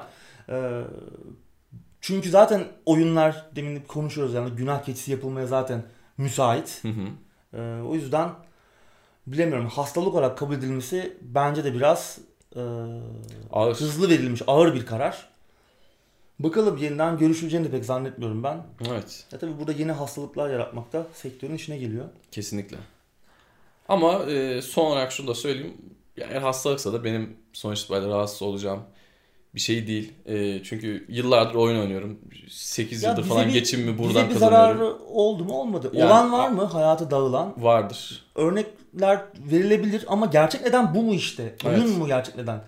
Çünkü zaten oyunlar, demin konuşuyoruz yani, günah keçisi yapılmaya zaten müsait. Hı hı. O yüzden bilemiyorum, hastalık olarak kabul edilmesi bence de biraz Ağır. hızlı verilmiş, ağır bir karar. Bakalım, yeniden görüşüleceğini de pek zannetmiyorum ben. Evet. Tabii burada yeni hastalıklar yaratmak da sektörün işine geliyor. Kesinlikle. Ama son olarak şunu da söyleyeyim. Yani eğer hastalıksa da benim sonuç itibariyle rahatsız olacağım bir şey değil. Çünkü yıllardır oyun oynuyorum. 8 yıldır falan geçimimi buradan bize bir kazanıyorum. zararı oldu mu olmadı. Yani, olan var mı hayatı dağılan? Vardır. Örnekler verilebilir ama gerçek neden bu mu işte? Evet. Oyun mu gerçek neden?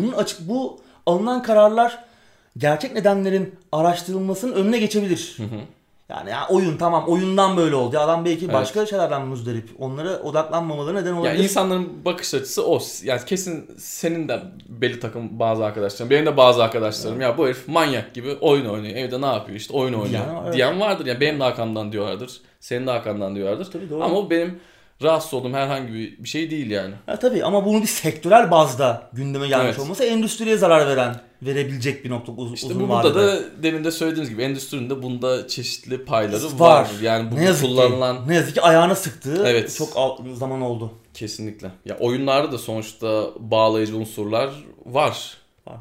Bu alınan kararlar gerçek nedenlerin araştırılmasının önüne geçebilir. Hı hı. Yani ya oyun, tamam, oyundan böyle oldu. Ya adam belki Evet. başka şeylerden muzdarip. Onlara odaklanmamaları neden olabilir. Yani insanların bakış açısı o. Yani kesin senin de belli takım bazı arkadaşların, benim de bazı arkadaşlarım, ya bu herif manyak gibi oyun oynuyor. Evde ne yapıyor? İşte oyun oynuyor. Yani, evet. Diyen vardır. Yani benim de arkamdan diyorlardır. Senin de arkandan diyorlardır. Tabii, doğru. Ama o benim rahatsız olduğum herhangi bir şey değil yani. Tabii ama bunun bir sektörel bazda gündeme gelmiş Evet. olması endüstriye zarar verebilecek bir nokta İşte uzun bu vadede. burada da demin de söylediğimiz gibi endüstrinin de bunda çeşitli payları var. var. Yani bu Ne yazık kullanılan... ki, ne yazık ki ayağına sıktığı Evet. çok zaman oldu. Kesinlikle. Ya oyunlarda da sonuçta bağlayıcı unsurlar var.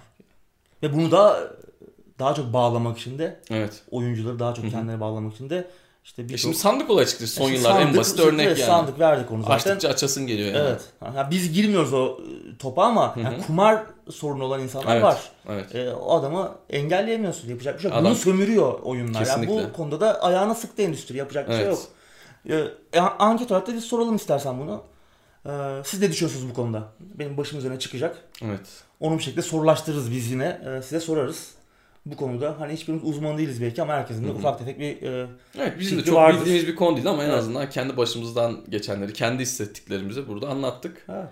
Ve bunu da daha çok bağlamak için de, Evet. oyuncuları daha çok kendilerine bağlamak için de işte Şimdi sandık olay açıkçası son İşte yıllar en basit örnek yani. Sandık verdik onu zaten. Açtıkça açasın geliyor yani. Evet. Yani biz girmiyoruz o topa ama yani kumar sorunu olan insanlar Evet, var. evet. O adamı engelleyemiyorsun. Yapacak bir şey yok. Adam- Bunu sömürüyor oyunlar. Yani Kesinlikle. bu konuda da ayağına sıktı endüstri. Yapacak bir şey Evet. yok. Anket olarak da biz soralım istersen bunu. Siz ne düşünüyorsunuz bu konuda? Benim başım üzerine çıkacak. Evet. Onu bir şekilde sorulaştırırız biz yine. Size sorarız. Bu konuda hani hiçbirimiz uzman değiliz belki ama herkesin de ufak tefek bir Evet, bizim de fikri çok vardır. bildiğimiz bir konu değil ama en Evet. azından kendi başımızdan geçenleri, kendi hissettiklerimizi burada anlattık. Evet.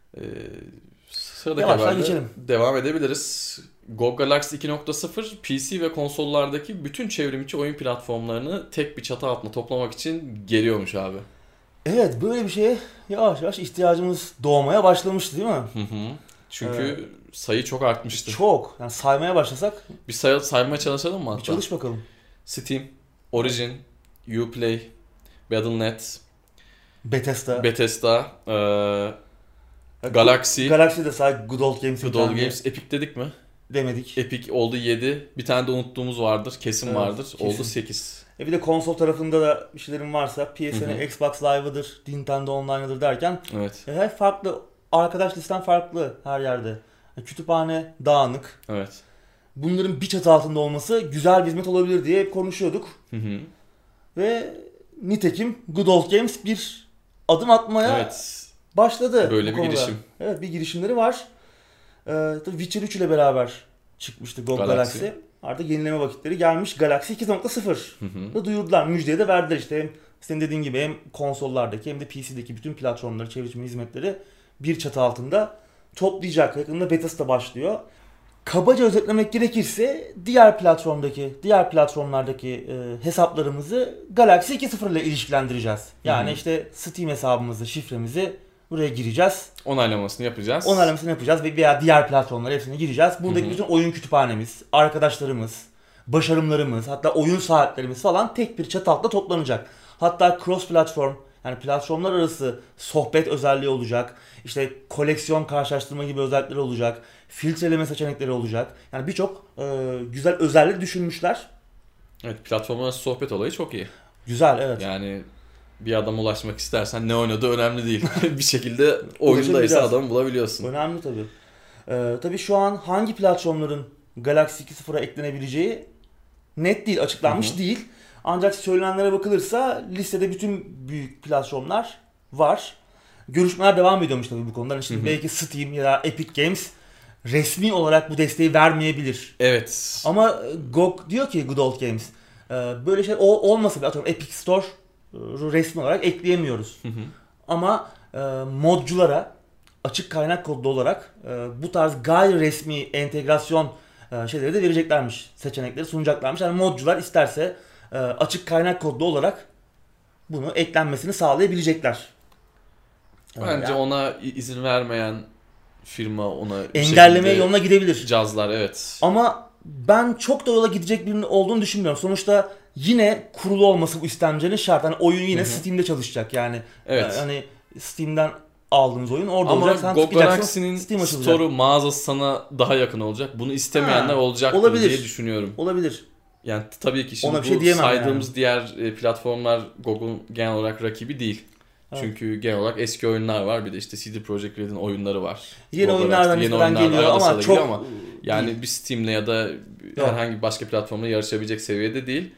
Sıradaki Yavaştan haberde geçelim. devam edebiliriz. GOG Galaxy 2.0 PC ve konsollardaki bütün çevrimiçi oyun platformlarını tek bir çatı altında toplamak için geliyormuş abi. Evet, böyle bir şeye yavaş yavaş ihtiyacımız doğmaya başlamıştı değil mi? Hı hı. Çünkü sayı çok artmıştı. Çok. Yani saymaya başlasak Bir saymaya çalışalım mı hatta? bir çalış bakalım. Steam, Origin, Uplay, Battle.net, Bethesda. Galaxy, Galaxy'de say, Good Old Games. Good Old Games, Epic dedik mi? Demedik. Epic oldu 7. Bir tane de unuttuğumuz vardır. Kesin Evet, vardır. kesin. Oldu 8. Bir de konsol tarafında da bir şeylerin varsa PSN, Xbox Live'ıdır, Nintendo Online'ıdır derken Evet. her farklı, arkadaş listen farklı her yerde. Kütüphane dağınık. Evet. Bunların bir çatı altında olması güzel bir hizmet olabilir diye konuşuyorduk. Hı hı. Ve nitekim Good Old Games bir adım atmaya Evet. başladı. Böyle bu bir konuda. girişim. Evet, bir girişimleri var. Tabii Witcher 3 ile beraber çıkmıştı GOG Galaxy. Artık yenileme vakitleri gelmiş. Galaxy 2.0 da duyurdular. Müjdeyi de verdiler işte. Hem senin dediğin gibi hem konsollardaki hem de PC'deki bütün platformları, çevrimiçi hizmetleri bir çatı altında toplayacak. Yakında beta'sı da başlıyor. Kabaca özetlemek gerekirse diğer platformlardaki hesaplarımızı Galaxy 2.0 ile ilişkilendireceğiz. Yani işte Steam hesabımızı, şifremizi buraya gireceğiz. Onaylamasını yapacağız. Onaylamasını yapacağız veya diğer platformlara hepsine gireceğiz. Buradaki bütün oyun kütüphanemiz, arkadaşlarımız, başarımlarımız, hatta oyun saatlerimiz falan tek bir çatı altında toplanacak. Hatta cross platform, yani platformlar arası sohbet özelliği olacak. İşte koleksiyon karşılaştırma gibi özellikleri olacak. Filtreleme seçenekleri olacak. Yani birçok güzel özellik düşünmüşler. Evet, platformlar sohbet olayı çok iyi. Güzel, evet. Yani bir adama ulaşmak istersen ne oynadığı önemli değil. Bir şekilde oyundaysa adamı bulabiliyorsun. Önemli tabii. Tabii şu an hangi platformların Galaxy 2.0'a eklenebileceği net değil, açıklanmış değil. Ancak söylenenlere bakılırsa listede bütün büyük platformlar var. Görüşmeler devam ediyormuş tabii bu konuda. İşte belki Steam ya da Epic Games resmi olarak bu desteği vermeyebilir. Evet. Ama GOG diyor ki Good Old Games böyle şey olmasa bile atıyorum Epic Store resmi olarak ekleyemiyoruz. Ama modculara açık kaynak kodlu olarak bu tarz gayri resmi entegrasyon şeyleri de vereceklermiş. Seçenekleri sunacaklarmış. Yani modcular isterse açık kaynak kodlu olarak bunu eklenmesini sağlayabilecekler. Bence ona izin vermeyen firma ona engellemeye yoluna gidebilir. Cazlar evet. Ama ben çok da yola gidecek birinin olduğunu düşünmüyorum. Sonuçta yine kurulu olması bu istemcenin şart. Hani oyun yine Steam'de çalışacak yani. Evet. Hani Steam'den aldığımız oyun orada ama olacak. Sen GOG tıklayacaksın, Galaxy'nin store'u mağazası sana daha yakın olacak. Bunu istemeyenler olacak diye düşünüyorum. Olabilir. Yani tabii ki şimdi ona bir şey bu saydığımız yani. Diğer platformlar GOG'un genel olarak rakibi değil. Evet. Çünkü genel olarak eski oyunlar var. Bir de işte CD Projekt Red'in oyunları var. Yeni oyunlardan nispeten geliyor ama çok... Ama yani bir Steam'le ya da herhangi bir başka platformla yarışabilecek seviyede değil.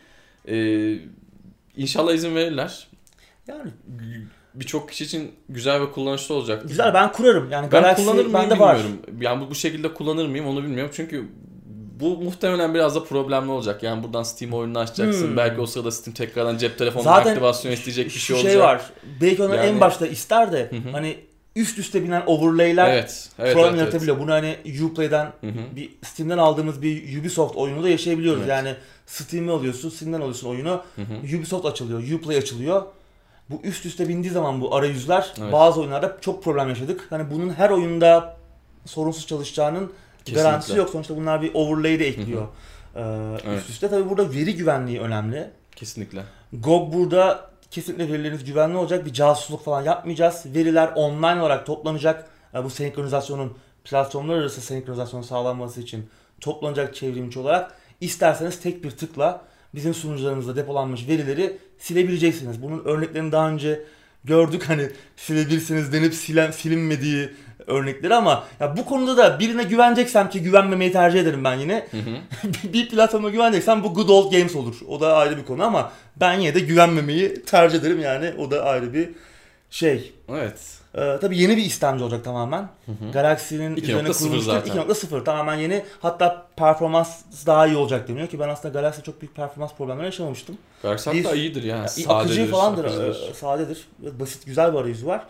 İnşallah izin verirler. Yani birçok kişi için güzel ve kullanışlı olacak. Güzel, ben kurarım. Yani ben kullanır mıyım bilmiyorum. Yani bu şekilde kullanır mıyım onu bilmiyorum. Çünkü bu muhtemelen biraz da problemli olacak. Yani buradan Steam oyununu açacaksın. Belki o sırada Steam tekrardan cep telefonundan aktivasyon isteyecek bir şey olacak. Var. Belki onu en başta ister de hani üst üste binen overlay'ler problem yaratabiliyor. Bunu hani Uplay'den bir Steam'den aldığımız bir Ubisoft oyunu da yaşayabiliyoruz. Evet. Yani Steam'i alıyorsun, Steam'den alıyorsun oyunu. Ubisoft açılıyor, Uplay açılıyor. Bu üst üste bindiği zaman bu arayüzler bazı oyunlarda çok problem yaşadık. Hani bunun her oyunda sorunsuz çalışacağının garantisi yok. Sonuçta bunlar bir overlay de ekliyor üst üste. Tabii burada veri güvenliği önemli. Kesinlikle. GOG burada kesinlikle verileriniz güvenli olacak. Bir casusluk falan yapmayacağız. Veriler online olarak toplanacak. Bu senkronizasyonun, platformlar arası senkronizasyonun sağlanması için toplanacak çevrimiçi olarak. İsterseniz tek bir tıkla bizim sunucularımızda depolanmış verileri silebileceksiniz. Bunun örneklerini daha önce gördük, hani silebilirsiniz denip silinmediği örnekleri, ama ya bu konuda da birine güveneceksem, ki güvenmemeyi tercih ederim ben yine. Bir platforma güveneceksem bu Good Old Games olur. O da ayrı bir konu ama ben yine de güvenmemeyi tercih ederim yani. O da ayrı bir şey. Evet. Tabii yeni bir istemci olacak tamamen. Galaxy'nin üzerine kurulmuştur. 2.0 tamamen yeni. Hatta performans daha iyi olacak deniyor ki ben aslında Galaxy'de çok büyük performans problemleri yaşamamıştım. Galaxy hatta iyidir yani. Akıcı falandır. Sadedir. Basit, güzel bir arayüzü var.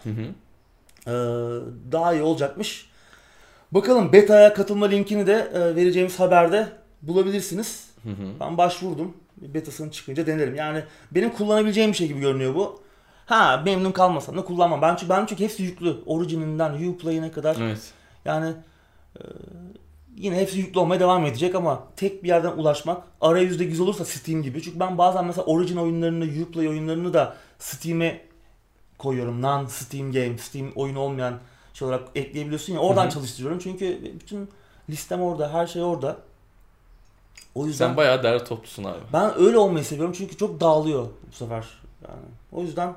Daha iyi olacakmış. Bakalım, beta'ya katılma linkini de vereceğimiz haberde bulabilirsiniz. Ben başvurdum. Beta'sının çıkınca denerim. Yani benim kullanabileceğim bir şey gibi görünüyor bu. Memnun kalmasam da kullanmam. Ben çünkü hepsi yüklü. Origin'inden Uplay'ine kadar. Evet. Yani yine hepsi yüklü olmaya devam edecek ama tek bir yerden ulaşmak, arayüzde güzel olursa Steam gibi. Çünkü ben bazen mesela Origin oyunlarını, Uplay oyunlarını da Steam'e koyuyorum. Non-Steam game, Steam oyunu olmayan şey olarak ekleyebiliyorsun ya. Oradan çalıştırıyorum. Çünkü bütün listem orada, her şey orada. O yüzden sen bayağı derli toplusun abi. Ben öyle olmayı seviyorum çünkü çok dağılıyor bu sefer. Yani o yüzden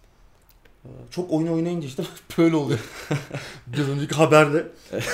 çok oyun oynayınca işte böyle oluyor. Biraz önceki haberde.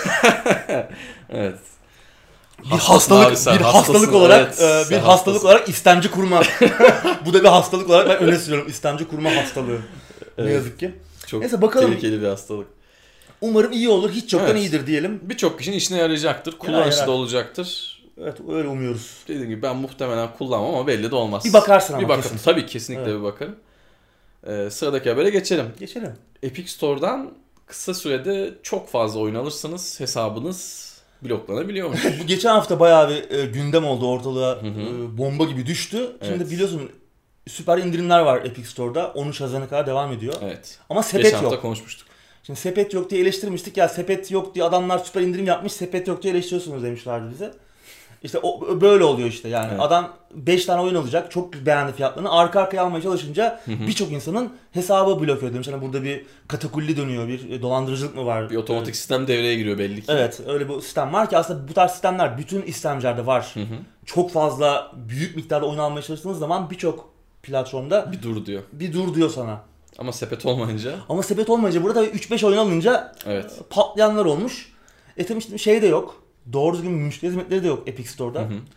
Evet. Bir hastalık olarak istemci kurma. Bu da bir hastalık olarak ben öne sürüyorum. İstemci kurma hastalığı. Evet. Ne yazık ki. Çok neyse, bakalım. Tehlikeli bir hastalık. Umarım iyi olur. Hiç çoktan iyidir diyelim. Birçok kişinin işine yarayacaktır. Kullanışlı da olacaktır. Evet, öyle umuyoruz. Dediğim gibi ben muhtemelen kullanmam ama belli de olmaz. Bir bakarsın ama. Bir bakarım. Tabii kesinlikle bir bakarım. Sıradaki habere geçelim. Epic Store'dan kısa sürede çok fazla oyun alırsanız hesabınız bloklanabiliyormuş. Bu geçen hafta bayağı bir gündem oldu, ortalığa bomba gibi düştü. Şimdi biliyorsun süper indirimler var Epic Store'da. 13 Haziran'a kadar devam ediyor. Evet. Ama sepet yok. Geçen hafta konuşmuştuk. Şimdi sepet yok diye eleştirmiştik. Ya sepet yok diye adamlar süper indirim yapmış, sepet yok diye eleştiriyorsunuz demişlerdi bize. İşte o böyle oluyor işte yani. Evet. Adam 5 tane oyun alacak, çok beğendi fiyatlarını. Arka arkaya almaya çalışınca birçok insanın hesabı blok ediyor demiş. Hani burada bir katakulli dönüyor, bir dolandırıcılık mı var? Bir otomatik sistem devreye giriyor belli ki. Evet, öyle bir sistem var ki aslında bu tarz sistemler bütün istemcilerde var. Çok fazla büyük miktarda oyun almaya çalıştığınız zaman birçok platformda bir dur diyor sana. Ama sepet olmayınca burada tabii 3-5 oyun alınca patlayanlar olmuş. Tabii işte şey de yok. Doğru düzgün müşteri hizmetleri de yok Epic Store'da.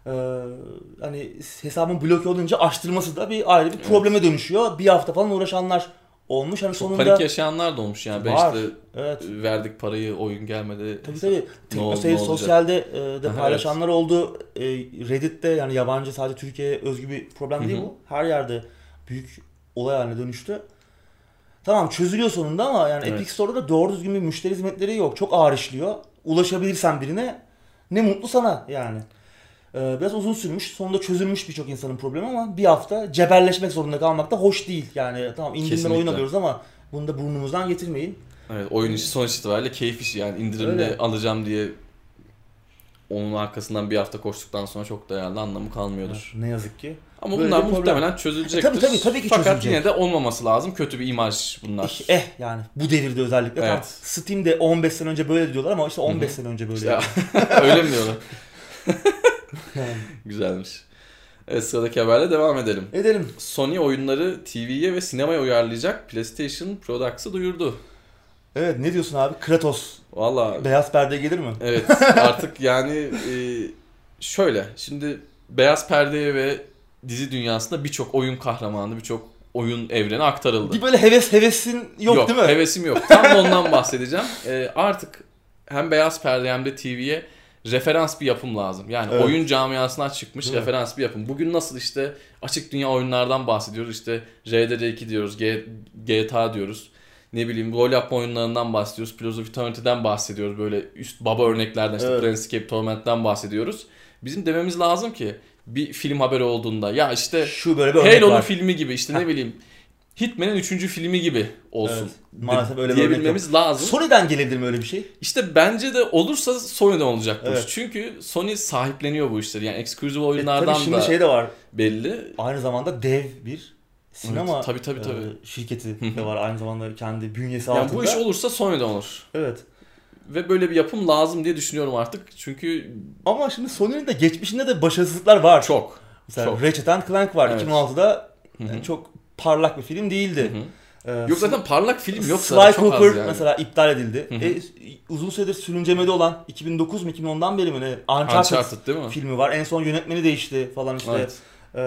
Hani hesabın bloke olunca açtırması da bir ayrı bir probleme dönüşüyor. Bir hafta falan uğraşanlar olmuş. Hani Çok sonunda panik yaşayanlar da olmuş yani. Ben var. işte Evet. verdik parayı, oyun gelmedi. Tabii. TeknoSeyir sosyalde de paylaşanlar oldu. Reddit'te, yani yabancı, sadece Türkiye'ye özgü bir problem değil bu. Her yerde büyük olay haline dönüştü. Tamam, çözülüyor sonunda ama yani Epic Store'da da doğru düzgün bir müşteri hizmetleri yok. Çok ağır işliyor. Ulaşabilirsen birine ne mutlu sana yani. Biraz uzun sürmüş. Sonunda çözülmüş birçok insanın problemi ama bir hafta cebelleşmek zorunda kalmak da hoş değil. Yani tamam, indirimden oyun alıyoruz ama bunu da burnumuzdan getirmeyin. Evet, oyun işi sonuç itibariyle keyif işi yani, indirimde alacağım diye onun arkasından bir hafta koştuktan sonra çok da yani anlamı kalmıyordur. Evet, ne yazık ki. Ama bunlar muhtemelen çözülecektir. Tabii ki fakat çözülecek. Yine de olmaması lazım. Kötü bir imaj bunlar. Yani bu devirde özellikle. Evet. Tamam, Steam'de 15 sene önce böyle diyorlar ama işte 15 sene önce böyle. İşte, öyle mi diyorlar? Güzelmiş. Evet, sıradaki haberle devam edelim. Sony oyunları TV'ye ve sinemaya uyarlayacak PlayStation Products'ı duyurdu. Evet, ne diyorsun abi? Kratos. Vallahi beyaz perdeye gelir mi? Evet, artık yani şöyle, şimdi beyaz perdeye ve dizi dünyasında birçok oyun kahramanı, birçok oyun evreni aktarıldı. Bir böyle hevesin yok değil mi? Hevesim yok. Tam da ondan bahsedeceğim. Artık hem beyaz perde hem de TV'ye referans bir yapım lazım. Yani oyun camiasından çıkmış değil referans bir yapım. Bugün nasıl işte açık dünya oyunlardan bahsediyoruz. İşte RDR2 diyoruz, GTA diyoruz. Ne bileyim, rol yapma oyunlarından bahsediyoruz. Pillars of Eternity'den bahsediyoruz. Böyle üst baba örneklerden, işte Planescape Torment'ten bahsediyoruz. Bizim dememiz lazım ki bir film haberi olduğunda ya işte şu böyle bir örnek Halo'nun var. filmi gibi, işte ne bileyim Hitman'in 3. filmi gibi olsun. Evet, maalesef öyle diyebilmemiz lazım. Sony'den gelebilir mi öyle bir şey? İşte bence de olursa Sony'den olacak bu iş. Evet. Çünkü Sony sahipleniyor bu işleri. Yani exclusive oyunlardan tabii şimdi da şey de var. belli. Aynı zamanda dev bir sinema tabii. şirketi de var aynı zamanda, kendi bünyesi Yani altında. bu iş olursa Sony'den olur. Evet. Ve böyle bir yapım lazım diye düşünüyorum artık. Çünkü ama şimdi Sony'nin de geçmişinde de başarısızlıklar var. Çok. Mesela Ratchet & Clank var. Evet. 2016'da yani çok parlak bir film değildi. Yok zaten parlak film yok Sly zaten, çok Cooper az yani. mesela iptal edildi. Uzun süredir sürüncemede olan 2009 mu 2010'dan beri mi ne? Uncharted değil mi? filmi var. En son yönetmeni değişti falan işte. Evet.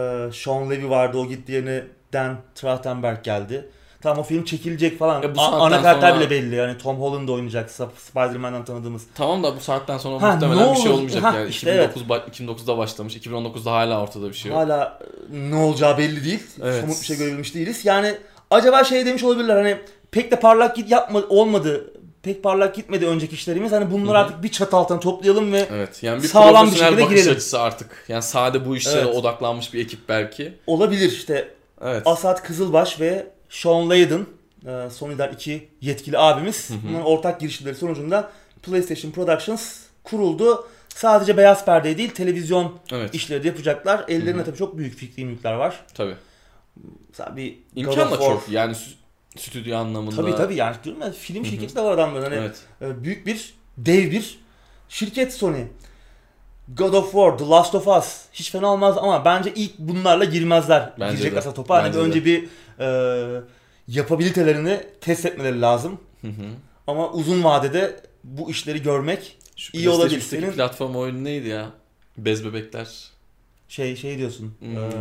Sean Levy vardı, o gitti, yerine Dan Trachtenberg geldi. Tamam, o film çekilecek falan. Bu Ana karakter sonra... bile belli. Yani Tom Holland oynayacak, Spider-Man'den tanıdığımız. Tamam da bu saatten sonra muhtemelen bir şey olmayacak yani. İşte 2009'da başlamış. 2019'da hala ortada bir şey yok. Hala ne olacağı belli değil. Evet. Somut bir şey görebilmiş değiliz. Yani acaba şey demiş olabilirler, hani pek de parlak olmadı. Pek parlak gitmedi önceki işlerimiz. Hani bunları artık bir çatı altına toplayalım ve yani bir sağlam bir profesyonel şekilde bakış girelim. açısı artık. Yani sade bu işlere odaklanmış bir ekip belki. Olabilir işte. Evet. Asad Kızılbaş ve Sean Layden, Sony'den iki yetkili abimiz. Bunların ortak girişimleri sonucunda PlayStation Productions kuruldu. Sadece beyaz perde değil, televizyon işleri de yapacaklar. Ellerinde tabii çok büyük fikri mülkler var. Tabii. Mesela bir İmkan da çok yani stüdyo anlamında. Tabii yani diyorum ya, film şirketi de var adamların. Hani büyük bir, dev bir şirket Sony. God of War, The Last of Us hiç fena olmaz ama bence ilk bunlarla girmezler. Gireceklerse topa. Hani önce bir yapabilitelerini test etmeleri lazım. Ama uzun vadede bu işleri görmek iyi olabilir. Senin platform oyunu neydi ya? Bez bebekler. Şey diyorsun.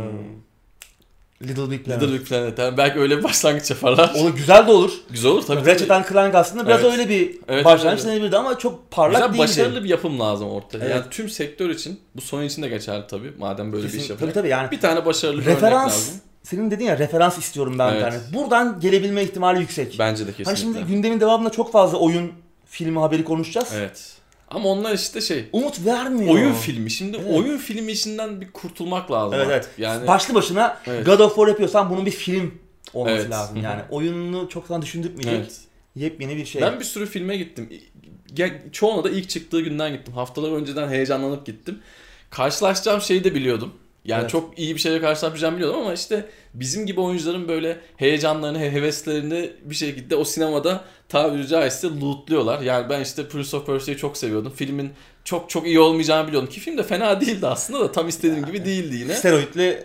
Little Big Planet. Little Big Planet. Yani belki öyle bir başlangıç yaparlar. O güzel de olur. Güzel olur tabii. Ratchet & Clank aslında biraz öyle bir başlangıç denebilirdi ama çok parlak değildi. Başarılı bir yapım lazım ortaya. Evet. Yani tüm sektör için, bu Sony için de geçerli tabii. Madem böyle bir iş yapacak. Tabii yani. Bir tane başarılı bir örnek lazım. Senin dediğin ya, referans istiyorum ben bir tane. Buradan gelebilme ihtimali yüksek. Bence de kesinlikle. Hani şimdi gündemin devamında çok fazla oyun, filmi haberi konuşacağız. Evet. Ama onlar işte umut vermiyor. Oyun filmi. Şimdi oyun filmi işinden bir kurtulmak lazım artık. Yani başlı başına God of War yapıyorsan bunun bir film olması lazım. Yani oyununu çok sana düşündürtmeyecek. Yepyeni bir şey. Ben bir sürü filme gittim. Çoğuna da ilk çıktığı günden gittim. Haftalar önceden heyecanlanıp gittim. Karşılaşacağım şeyi de biliyordum. Yani çok iyi bir şeyle karşılaşacağımı biliyordum ama işte bizim gibi oyuncuların böyle heyecanlarını, heveslerini bir şekilde o sinemada tabiri caizse lootluyorlar. Yani ben işte Prince of Persia'yı çok seviyordum. Filmin çok iyi olmayacağını biliyordum ki film de fena değildi aslında da tam istediğim gibi değildi yine. Steroidli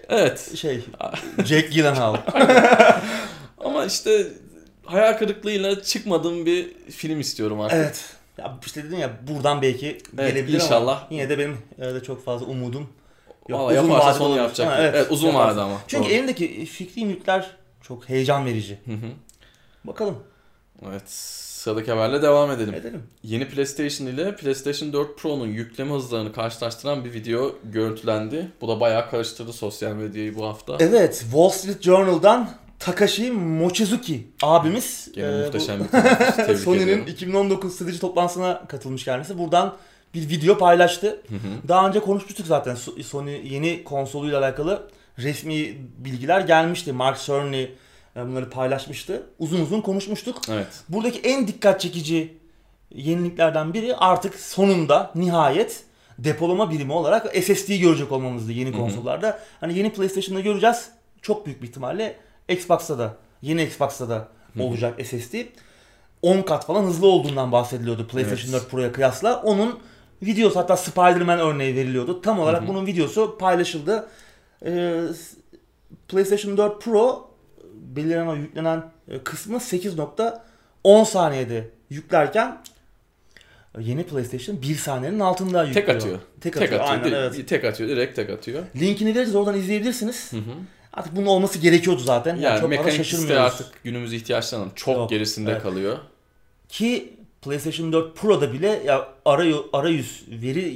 Jake Gyllenhaal. Ama işte hayal kırıklığıyla çıkmadığım bir film istiyorum artık. Evet. Ya işte dedin ya, buradan belki gelebilir inşallah. ama yine de benim de çok fazla umudum Yok, Valla uzun yaparsa vadede sonu olabilir. yapacak. Ha, Evet, uzun yaparsa. vadede ama. Çünkü Doğru. elindeki fikri mülkler çok heyecan verici. Hı hı. Bakalım. Evet, sıradaki haberle devam edelim. Edelim. Yeni PlayStation ile PlayStation 4 Pro'nun yükleme hızlarını karşılaştıran bir video görüntülendi. Bu da bayağı karıştırdı sosyal medyayı bu hafta. Evet, Wall Street Journal'dan Takashi Mochizuki abimiz Gene muhteşem bir teneffüs. Tebrik Sony'nin ediyorum. 2019 strateji toplantısına katılmış kendisi. Buradan bir video paylaştı. Hı hı. Daha önce konuşmuştuk zaten Sony yeni konsoluyla alakalı resmi bilgiler gelmişti. Mark Cerny bunları paylaşmıştı. Uzun uzun konuşmuştuk. Evet. Buradaki en dikkat çekici yeniliklerden biri artık sonunda nihayet depolama birimi olarak SSD'yi görecek olmamızdı yeni konsollarda. Hani yeni PlayStation'da göreceğiz. Çok büyük bir ihtimalle Xbox'ta da, yeni Xbox'ta da olacak SSD. 10 kat falan hızlı olduğundan bahsediliyordu PlayStation 4 Pro'ya kıyasla. Onun videosu, hatta Spider-Man örneği veriliyordu. Tam olarak bunun videosu paylaşıldı. PlayStation 4 Pro belirlenen o yüklenen kısmı 8.10 saniyede yüklerken yeni PlayStation 1 saniyenin altında yüklüyor. Tek atıyor. Tek atıyor. Aynen, direkt, evet. tek atıyor. Direkt tek atıyor. Linkini veririz, oradan izleyebilirsiniz. Artık bunun olması gerekiyordu zaten. Yani çok fazla mekanik site şaşırmıyoruz. artık günümüz ihtiyaçlarının çok Yok, gerisinde evet. kalıyor. Ki PlayStation 4 Pro'da bile ya arayüz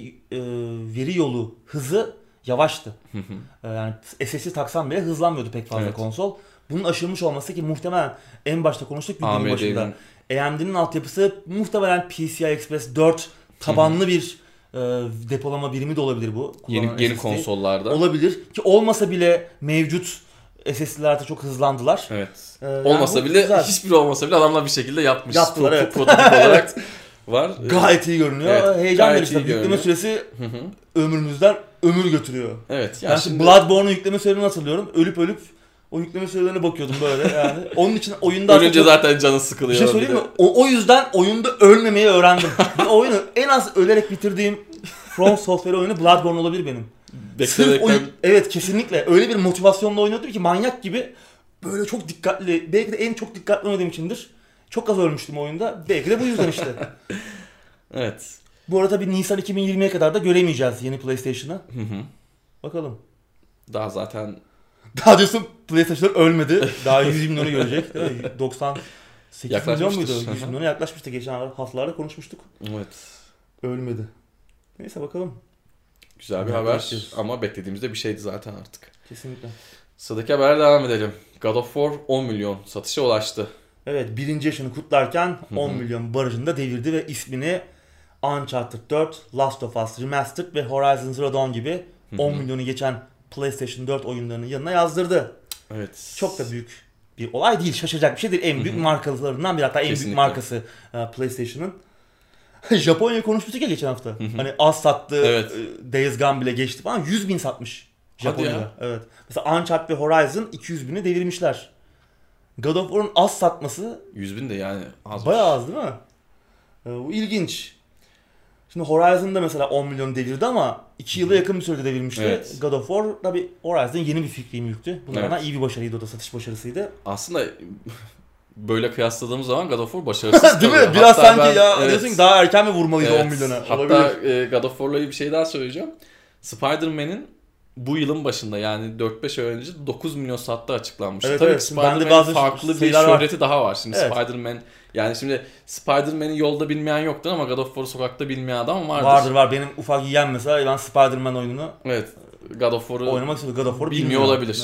veri yolu hızı yavaştı. Yani SSD taksan bile hızlanmıyordu pek fazla Evet. konsol. Bunun aşılmış olması, ki muhtemelen en başta konuştuk videonun AMD'nin başında. AMD'nin altyapısı muhtemelen PCI Express 4 tabanlı bir depolama birimi de olabilir bu. Kullanılan Yeni SSD. konsollarda. Olabilir ki olmasa bile mevcut SSD'ler artık çok hızlandılar. Evet. Yani Olmasa bu bile, güzel. hiçbir olmasa bile adamlar bir şekilde yapmış. Yaptılar, evet. Prototip olarak var. Gayet iyi görünüyor. Evet, Heyecan gayet verici. iyi Yükleme görünüyor. süresi ömrümüzden ömür götürüyor. Evet. Yani şimdi Bloodborne'un yükleme sürelerini hatırlıyorum. Ölüp o yükleme sürelerine bakıyordum böyle yani. Onun için oyunda ölünce zaten canın sıkılıyor. bir şey söyleyeyim mi? O yüzden oyunda ölmemeyi öğrendim. Bir oyunu en az ölerek bitirdiğim From Software oyunu Bloodborne olabilir benim. Sırf evet, kesinlikle. Öyle bir motivasyonla oynuyordum ki manyak gibi. Böyle çok dikkatli. Belki de en çok dikkatli oynadığım içindir. Çok az ölmüştüm oyunda. Belki de bu yüzden işte. Evet. Bu arada bir Nisan 2020'ye kadar da göremeyeceğiz yeni PlayStation'ı. Bakalım. Daha zaten Daha diyorsun PlayStation ölmedi. Daha 100 milyonu görecek. Değil mi? 98 milyon muydu? 100 milyona yaklaşmıştı. Geçen haftalarda konuşmuştuk. evet. Ölmedi. Neyse bakalım. Güzel bir haber ama beklediğimizde bir şeydi zaten artık. Kesinlikle. Sıradaki habere devam edelim. God of War 10 milyon satışa ulaştı. Evet, birinci yaşını kutlarken 10 milyon barajını da devirdi ve ismini Uncharted 4, Last of Us Remastered ve Horizon Zero Dawn gibi 10 milyonu geçen PlayStation 4 oyunlarının yanına yazdırdı. Evet. Çok da büyük bir olay değil, şaşıracak bir şey değil. En büyük markalarından biri, hatta en büyük markası PlayStation'ın. Japonya'yı konuşmuştuk ya geçen hafta. Hani az sattı, Evet. Days Gone bile geçti falan. 100.000 satmış Japonya'da. Evet. Mesela Uncharted ve Horizon 200.000'i devirmişler. God of War'un az satması 100.000 de yani az. bayağı az değil mi? Bu ilginç. Şimdi Horizon'da mesela 10 milyon devirdi ama 2 yıla yakın bir sürede devirmişti. Evet. God of War tabi Horizon yeni bir fikri mülktü. Bunlardan Evet. iyi bir başarıydı, o da satış başarısıydı. Aslında böyle kıyasladığımız zaman God of War başarısız değil mi? kalıyor. Biraz Hatta sanki ya evet. diyorsun ki daha erken mi vurmalıydı Evet. 10 milyona? Hatta God of War'la bir şey daha söyleyeceğim. Spider-Man'in bu yılın başında yani 4-5 ay önce 9 milyon sattığı açıklanmıştı. Evet, Tabii evet. Spider-Man'in farklı bir şöhreti var. Daha var. Şimdi Evet. Spider-Man, yani şimdi Spider-Man'i yolda bilmeyen yoktur ama God of War'u sokakta bilmeyen adam vardır. Var. Benim ufak yiyen mesela ben Spider-Man oyununu Evet. God of War'u oynamak istiyorum. God of War'u bilmiyor olabilir.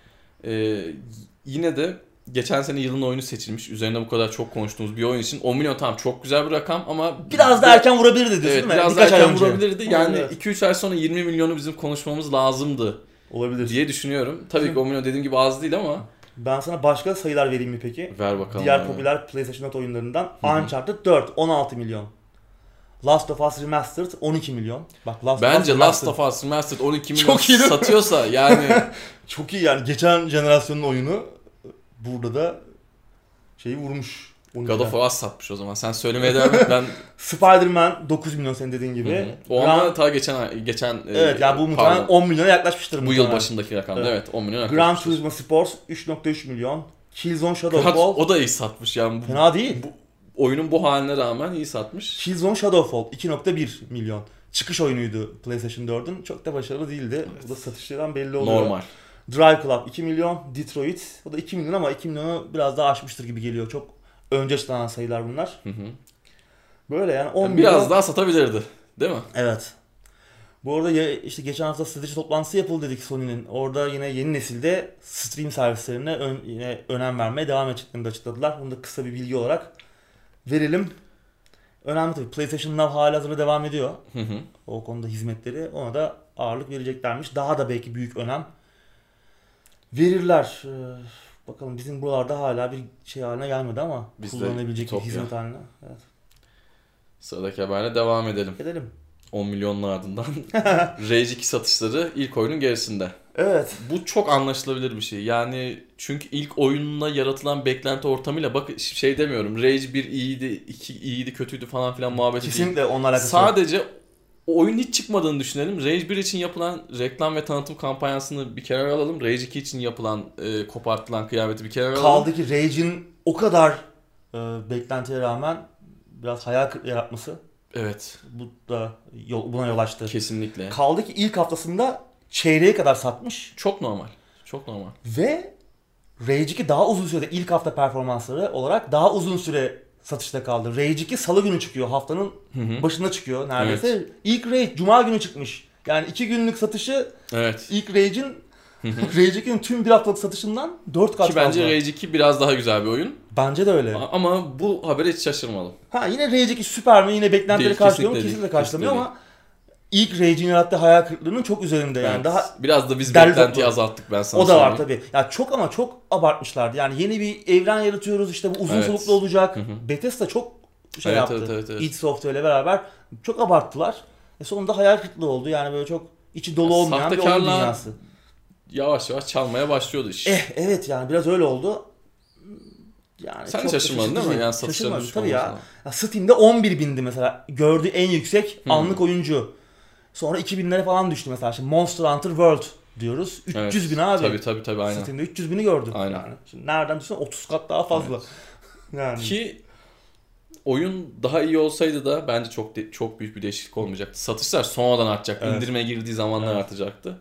Evet. Yine de geçen sene yılın oyunu seçilmiş. Üzerinde bu kadar çok konuştuğumuz bir oyun için 10 milyon tamam çok güzel bir rakam ama Biraz da erken vurabilirdi diyorsun evet, değil mi? biraz Birkaç da ay erken önce. vurabilirdi. Yani Evet. 2-3 ay sonra 20 milyonu bizim konuşmamız lazımdı Olabilir. diye düşünüyorum. Tabii ki 10 milyon dediğim gibi az değil ama Ben sana başka sayılar vereyim mi peki? ver bakalım. Diğer abi. popüler PlayStation 4 oyunlarından Uncharted 4 16 milyon. Last of Us Remastered 12 milyon. Bak Bence Last of Us Remastered 12 milyon Çok iyi değil mi? satıyorsa yani çok iyi yani, geçen jenerasyonun oyunu burada da şeyi vurmuş. God of War az satmış o zaman. Sen söylemeye devam et. Ben Spider-Man 9 milyon senin dediğin gibi. o ama ta geçen evet yani bu muhtemelen 10 milyona yaklaşmıştır. Bu yıl başındaki rakamda evet 10 milyon Gran yaklaşmıştır. Turismo Sports 3.3 milyon. Killzone Shadow Fakat Fall o da iyi satmış yani. fena değil. Oyunun bu haline rağmen iyi satmış. Killzone Shadow Fall 2.1 milyon. çıkış oyunuydu PlayStation 4'ün. Çok da başarılı değildi. Bu da satışlardan belli oluyor. Normal. Drive Club 2 milyon, Detroit o da 2 milyon ama 2 milyonu biraz daha aşmıştır gibi geliyor. Çok önce açıklanan sayılar bunlar. Böyle yani 10 Biraz milyon. daha satabilirdi. Değil mi? Evet. Bu arada işte geçen hafta strateji toplantısı yapıldı dedik Sony'nin. Orada yine yeni nesilde stream servislerine yine önem vermeye devam edeceklerini de açıkladılar. Bunu da kısa bir bilgi olarak verelim. Önemli tabii. PlayStation Now halihazırda devam ediyor. O konuda hizmetleri. Ona da ağırlık vereceklermiş. Daha da belki büyük önem verirler. Bakalım bizim buralarda hala bir şey haline gelmedi ama Bizde kullanabilecek bir hizmet haline. Evet. Sıradaki haberle devam edelim. Edelim. 10 milyonun ardından Rage 2 satışları ilk oyunun gerisinde. Evet. Bu çok anlaşılabilir bir şey. Yani çünkü ilk oyununa yaratılan beklenti ortamıyla bak şey demiyorum. Rage 1 iyiydi, 2 iyiydi, kötüydü falan filan muhabbeti değil. Kesinlikle onunla alakası Sadece o oyun hiç çıkmadığını düşünelim. Rage 1 için yapılan reklam ve tanıtım kampanyasını bir kenara alalım. Rage 2 için yapılan kopartılan kıyafeti bir kenara alalım. Kaldı ki Rage'in o kadar beklentiye rağmen biraz hayal kırıklığı yaratması. Evet. Bu da buna yol açtı. Kesinlikle. Kaldı ki ilk haftasında çeyreğe kadar satmış. Çok normal. Çok normal. Ve Rage 2 daha uzun sürede ilk hafta performansları olarak daha uzun süre satışta kaldı. Rage 2 salı günü çıkıyor. Haftanın başında çıkıyor neredeyse. Evet. İlk Rage cuma günü çıkmış. Yani 2 günlük satışı ilk Rage'in Rage 2'nin tüm bir haftalık satışından 4 kat fazla. Ki bence Rage 2 biraz daha güzel bir oyun. Bence de öyle. Ama bu habere hiç şaşırmadım. Yine Rage 2 süper mi? Yine beklentileri karşılıyor mu? Kesinlikle karşılamıyor ama ilk Rage'in yarattığı hayal kırıklığının çok üzerinde yani. Evet. Daha biraz da biz beklentiyi azalttık ben sana O da var tabii. Ya çok ama çok abartmışlardı. Yani yeni bir evren yaratıyoruz işte bu uzun soluklu olacak. Bethesda çok şey yaptı. Evet. id Software'le beraber çok abarttılar. Sonunda hayal kırıklığı oldu. Yani böyle çok içi dolu olmayan bir oyun dünyası. Yavaş yavaş çalmaya başlıyordu iş. Evet yani biraz öyle oldu. Yani sen şaşırmadın değil mi? Yani satışların tabii ya. Steam'de 11.000'di mesela. Gördüğü en yüksek anlık oyuncu. Sonra 2000'lere falan düştü mesela. Şimdi Monster Hunter World diyoruz. 300 bin abi. Tabii aynen. Steam'de 300 bini gördüm. Aynen. Yani. Şimdi nereden düşünsen 30 kat daha fazla. Evet. Yani. Ki oyun daha iyi olsaydı da bence çok büyük bir değişiklik olmayacaktı. Satışlar sonradan artacaktı. Evet. İndirime girdiği zamanlar artacaktı.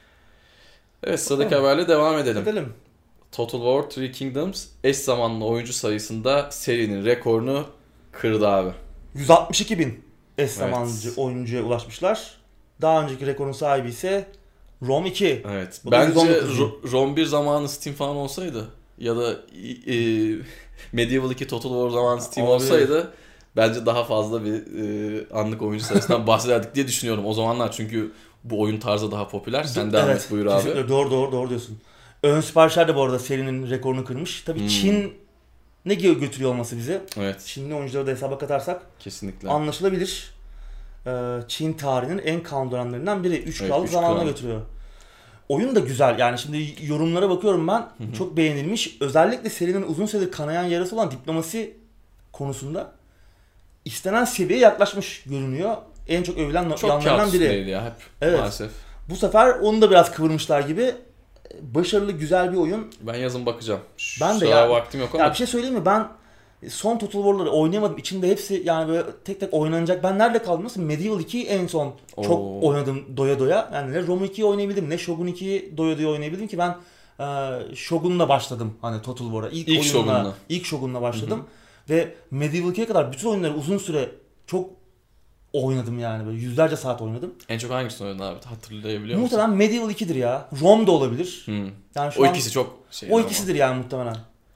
Evet sıradaki haberle devam edelim. Total War 3 Kingdoms eş zamanlı oyuncu sayısında serinin rekorunu kırdı abi. 162 bin eş zamanlı oyuncuya ulaşmışlar. Daha önceki rekorun sahibi ise Rome 2. Evet. Bence Rome 1 zamanı Steam falan olsaydı ya da Medieval 2 Total War zamanı Steam olsaydı bence daha fazla bir anlık oyuncu sayısından bahsederdik diye düşünüyorum o zamanlar. Çünkü bu oyun tarzı daha popüler. Sen devam et buyur abi. Kesinlikle doğru diyorsun. Ön siparişler de bu arada serinin rekorunu kırmış. Tabii Çin ne götürüyor olması bize. Evet. Çinli oyuncuları da hesaba katarsak kesinlikle anlaşılabilir. Çin tarihinin en kan dönemlerinden biri. 3 krallık zamanına götürüyor. Oyun da güzel. Yani şimdi yorumlara bakıyorum ben. Çok beğenilmiş. Özellikle serinin uzun süredir kanayan yarası olan diplomasi konusunda istenen seviyeye yaklaşmış görünüyor. En çok övülen yanlarından biri. Çok kağıt ya hep maalesef. Bu sefer onu da biraz kıvırmışlar gibi. Başarılı, güzel bir oyun. Ben yazın bakacağım. Ben de ya. Vaktim yok ama. Ya bir şey söyleyeyim mi? Ben son Total War'ları oynayamadım. İçinde hepsi yani böyle tek tek oynanacak. Ben nerede kaldım? Nasıl? Medieval 2'yi en son çok oynadım doya doya. Yani ne Rome 2'yi oynayabildim ne Shogun 2'yi doya doya oynayabildim ki ben Shogun'la başladım hani Total War'a. İlk Shogun'la başladım. Ve Medieval 2'ye kadar bütün oyunları uzun süre çok oynadım yani böyle yüzlerce saat oynadım. En çok hangisini oynadın abi? Hatırlayabiliyor musun? Muhtemelen Medieval 2'dir ya. Rome da olabilir. Yani o ikisi çok şey. O ikisidir yani muhtemelen.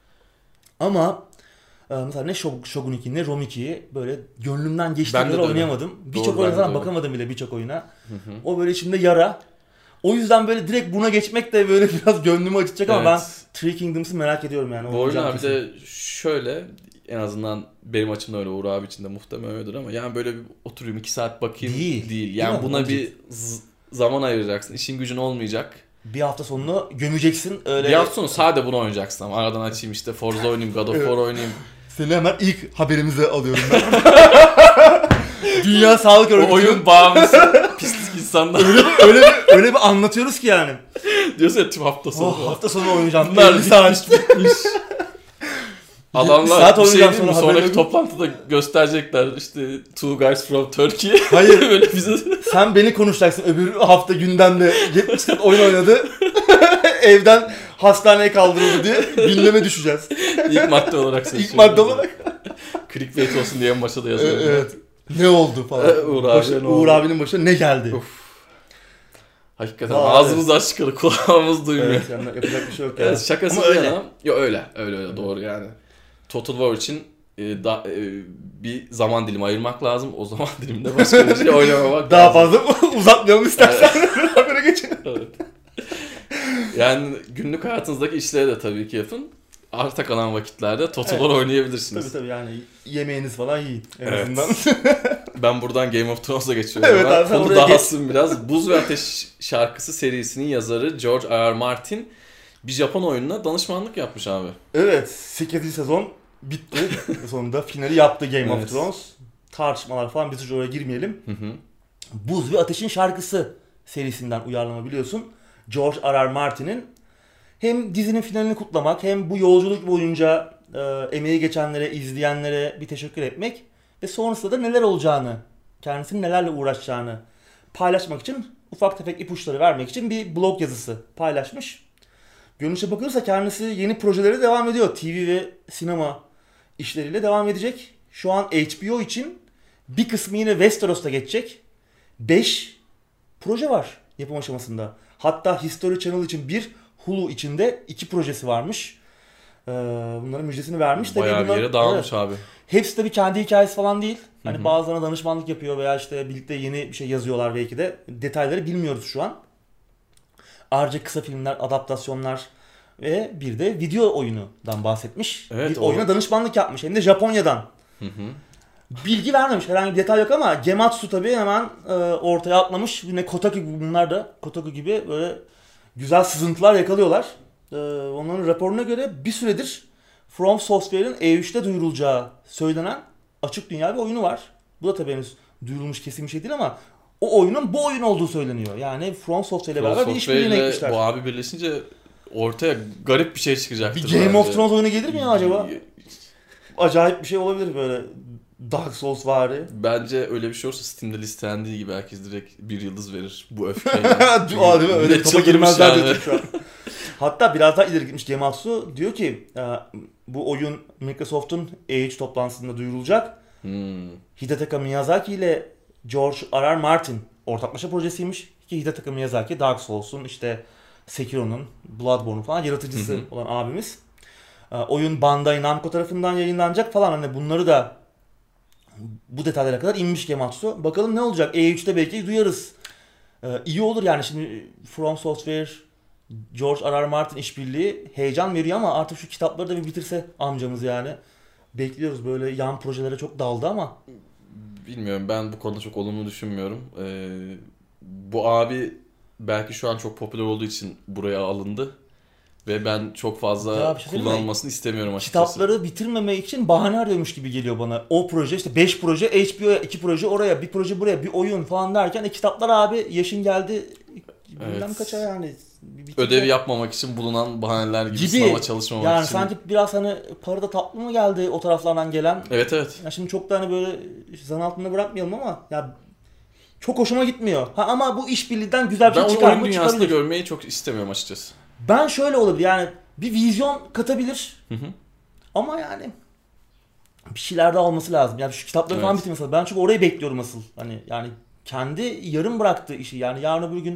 Ama mesela ne Shogun 2 ne Rome 2'yi böyle gönlümden geçtiği kadar oynayamadım. Birçok oyuna falan bakamadım bile birçok oyuna. O böyle içimde yara. O yüzden böyle direkt buna geçmek de böyle biraz gönlümü açacak ama ben Three Kingdoms'ı merak ediyorum yani. Bu oyun abi de şöyle en azından benim açımdan öyle, Uğur abi için de muhtemelen öyledir ama yani böyle bir oturayım 2 saat bakayım değil. Yani değil buna bir zaman ayıracaksın. İşin gücün olmayacak. Bir hafta sonunu gömeceksin. Öyle. Bir hafta sonu sadece bunu oynayacaksın ama aradan açayım işte Forza oynayayım, God of War oynayayım. Seni hemen ilk haberimize alıyorum ben. Dünya Sağlık Örgütü. Oyun bağımlısı pislik insanlar. öyle bir anlatıyoruz ki yani. Diyorsun ya tüm hafta sonu. Hafta sonu oynayacağım. Bunlar bitmiş. Adamlar saat bir şey oynayacağım değil mi? sonra Sonraki haberim. toplantıda gösterecekler işte two guys from Turkey. Hayır. Böyle bize Sen beni konuşacaksın. Öbür hafta gündemde 70 saat oyun oynadı. Evden hastaneye kaldırıldı diye gündeme düşeceğiz. ilk madde olarak seçiyoruz. İlk madde olarak. Clickbait olsun diye en başta da yazıyorum. Evet. Ne oldu falan. Uğur abi, ne oldu? Uğur abinin başına ne geldi? Uf. Hakikaten Aa, ağzımız açık kalır, kulağımız duymuyor. Evet, yani yapacak bir şey yok ya. Evet, şakası Ama bir öyle. yana. Yo öyle doğru yani. Total War için bir zaman dilimi ayırmak lazım. O zaman diliminde başka bir şey oynamamak Daha lazım. fazla uzatmayalım istersen. Habere geçelim. Evet. Yani günlük hayatınızdaki işleri de tabii ki yapın. Arta kalan vakitlerde Total War oynayabilirsiniz. Tabii yani yemeğiniz falan yiyin en Evet. azından. Ben buradan Game of Thrones'a geçiyorum. Evet abi, sen Konu oraya dağılsın biraz. Buz ve Ateş şarkısı serisinin yazarı George R. R. Martin bir Japon oyununa danışmanlık yapmış abi. Evet, 8. sezon bitti. Sonunda finali yaptı Game of Evet. Thrones. Tartışmalar falan, biz hiç oraya girmeyelim. Hı hı. Buz ve Ateş'in şarkısı serisinden uyarlama biliyorsun. George R. R. Martin'in hem dizinin finalini kutlamak hem bu yolculuk boyunca emeği geçenlere, izleyenlere bir teşekkür etmek ve sonrasında da neler olacağını, kendisinin nelerle uğraşacağını paylaşmak için, ufak tefek ipuçları vermek için bir blog yazısı paylaşmış. Görünüşe bakılırsa kendisi yeni projelere devam ediyor. TV ve sinema işleriyle devam edecek. Şu an HBO için bir kısmı yine Westeros'ta geçecek. 5 proje var yapım aşamasında. Hatta History Channel için bir, Hulu için de 2 projesi varmış. Bunların müjdesini vermiş. Tabii Bayağı bir bunlar, yere dağılmış evet. abi. Hepsi tabii kendi hikayesi falan değil. Hani Hı hı. bazılarına danışmanlık yapıyor veya işte birlikte yeni bir şey yazıyorlar belki de. Detayları bilmiyoruz şu an. Ayrıca kısa filmler, adaptasyonlar ve bir de video oyunundan bahsetmiş. Evet, bir oyuna danışmanlık yapmış. Hem de Japonya'dan. Hı hı. Bilgi vermemiş. Herhangi bir detay yok ama Gematsu tabii hemen ortaya atlamış. Yine Kotaku, bunlar da Kotaku gibi böyle güzel sızıntılar yakalıyorlar. Onların raporuna göre bir süredir From Software'in E3'te duyurulacağı söylenen açık dünya bir oyunu var. Bu da tabii henüz duyurulmuş kesin bir şey değil ama o oyunun bu oyun olduğu söyleniyor. Yani From Software ile beraber bir işbirliğine gitmişler. Bu abi birleşince ortaya garip bir şey çıkacaktır. Bir Game of bence. Thrones oyunu gelir mi ya acaba? Acayip bir şey olabilir böyle. Dark Souls vari. Bence öyle bir şey olursa Steam'de listelendiği gibi herkes direkt bir yıldız verir bu öfkeyle. Değil mi? Öyle Millet topa çıldırmış girmezler yani. diyorsun şu an. Hatta biraz daha ileri gitmiş Gematsu. Diyor ki bu oyun Microsoft'un E3 toplantısında duyurulacak. Hidetaka Miyazaki ile George R. R. Martin ortaklaşa projesiymiş. Ki Hidetaka Miyazaki Dark Souls'un, işte Sekiro'nun, Bloodborne'un falan yaratıcısı olan abimiz. Oyun Bandai Namco tarafından yayınlanacak falan, hani bunları da bu detaylara kadar inmiş Gematsu. Bakalım ne olacak? E3'te belki duyarız. İyi olur yani, şimdi From Software, George R. R. Martin işbirliği heyecan veriyor ama artık şu kitapları da bir bitirse amcamız yani. Bekliyoruz, böyle yan projelere çok daldı ama. Bilmiyorum, ben bu konuda çok olumlu düşünmüyorum. Bu abi belki şu an çok popüler olduğu için buraya alındı. Ve ben çok fazla şey kullanılmasını istemiyorum açıkçası. Kitapları bitirmemek için bahane arıyormuş gibi geliyor bana. O proje işte 5 proje HBO'ya, 2 proje oraya, bir proje buraya, bir oyun falan derken kitaplar abi yaşın geldi. Bilmem kaça yani. Ödevi yapmamak için bulunan bahaneler gibi, sınava çalışmamak yani için. sanki biraz hani para da tatlı mı geldi o taraflardan gelen. Evet. Ya şimdi çok da hani böyle zan altında bırakmayalım ama ya çok hoşuma gitmiyor. Ama bu işbirliğinden güzel bir şey çıkar mı? Ben oyun dünyasında Çıkabilir. görmeyi çok istemiyorum açıkçası. Ben şöyle olabilir yani, bir vizyon katabilir. Ama yani bir şeyler de alması lazım. Yani şu kitapları falan bitirmesi lazım. Ben çünkü orayı bekliyorum asıl. Hani yani kendi yarım bıraktığı işi, yani yarın öbür gün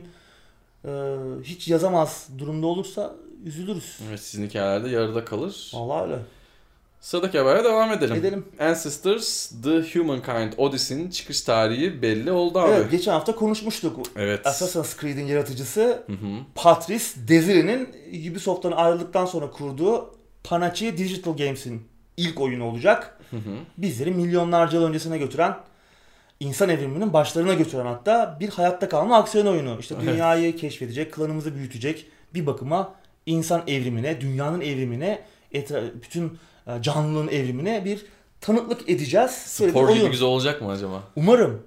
hiç yazamaz durumda olursa üzülürüz. Evet, sizin hikayelerde yarıda kalır. Vallahi öyle. Sıradaki habere devam edelim. Ancestors The Humankind Odyssey'nin çıkış tarihi belli oldu abi. Evet, geçen hafta konuşmuştuk. Evet. Assassin's Creed'in yaratıcısı Patrice Desire'nin Ubisoft'tan ayrıldıktan sonra kurduğu Panache Digital Games'in ilk oyunu olacak. Bizleri milyonlarca yıl öncesine götüren, insan evriminin başlarına götüren hatta bir hayatta kalma aksiyon oyunu. İşte dünyayı keşfedecek, klanımızı büyütecek, bir bakıma insan evrimine, dünyanın evrimine, bütün canlılığın evrimine bir tanıklık edeceğiz. Spor gibi güzel olacak mı acaba? Umarım.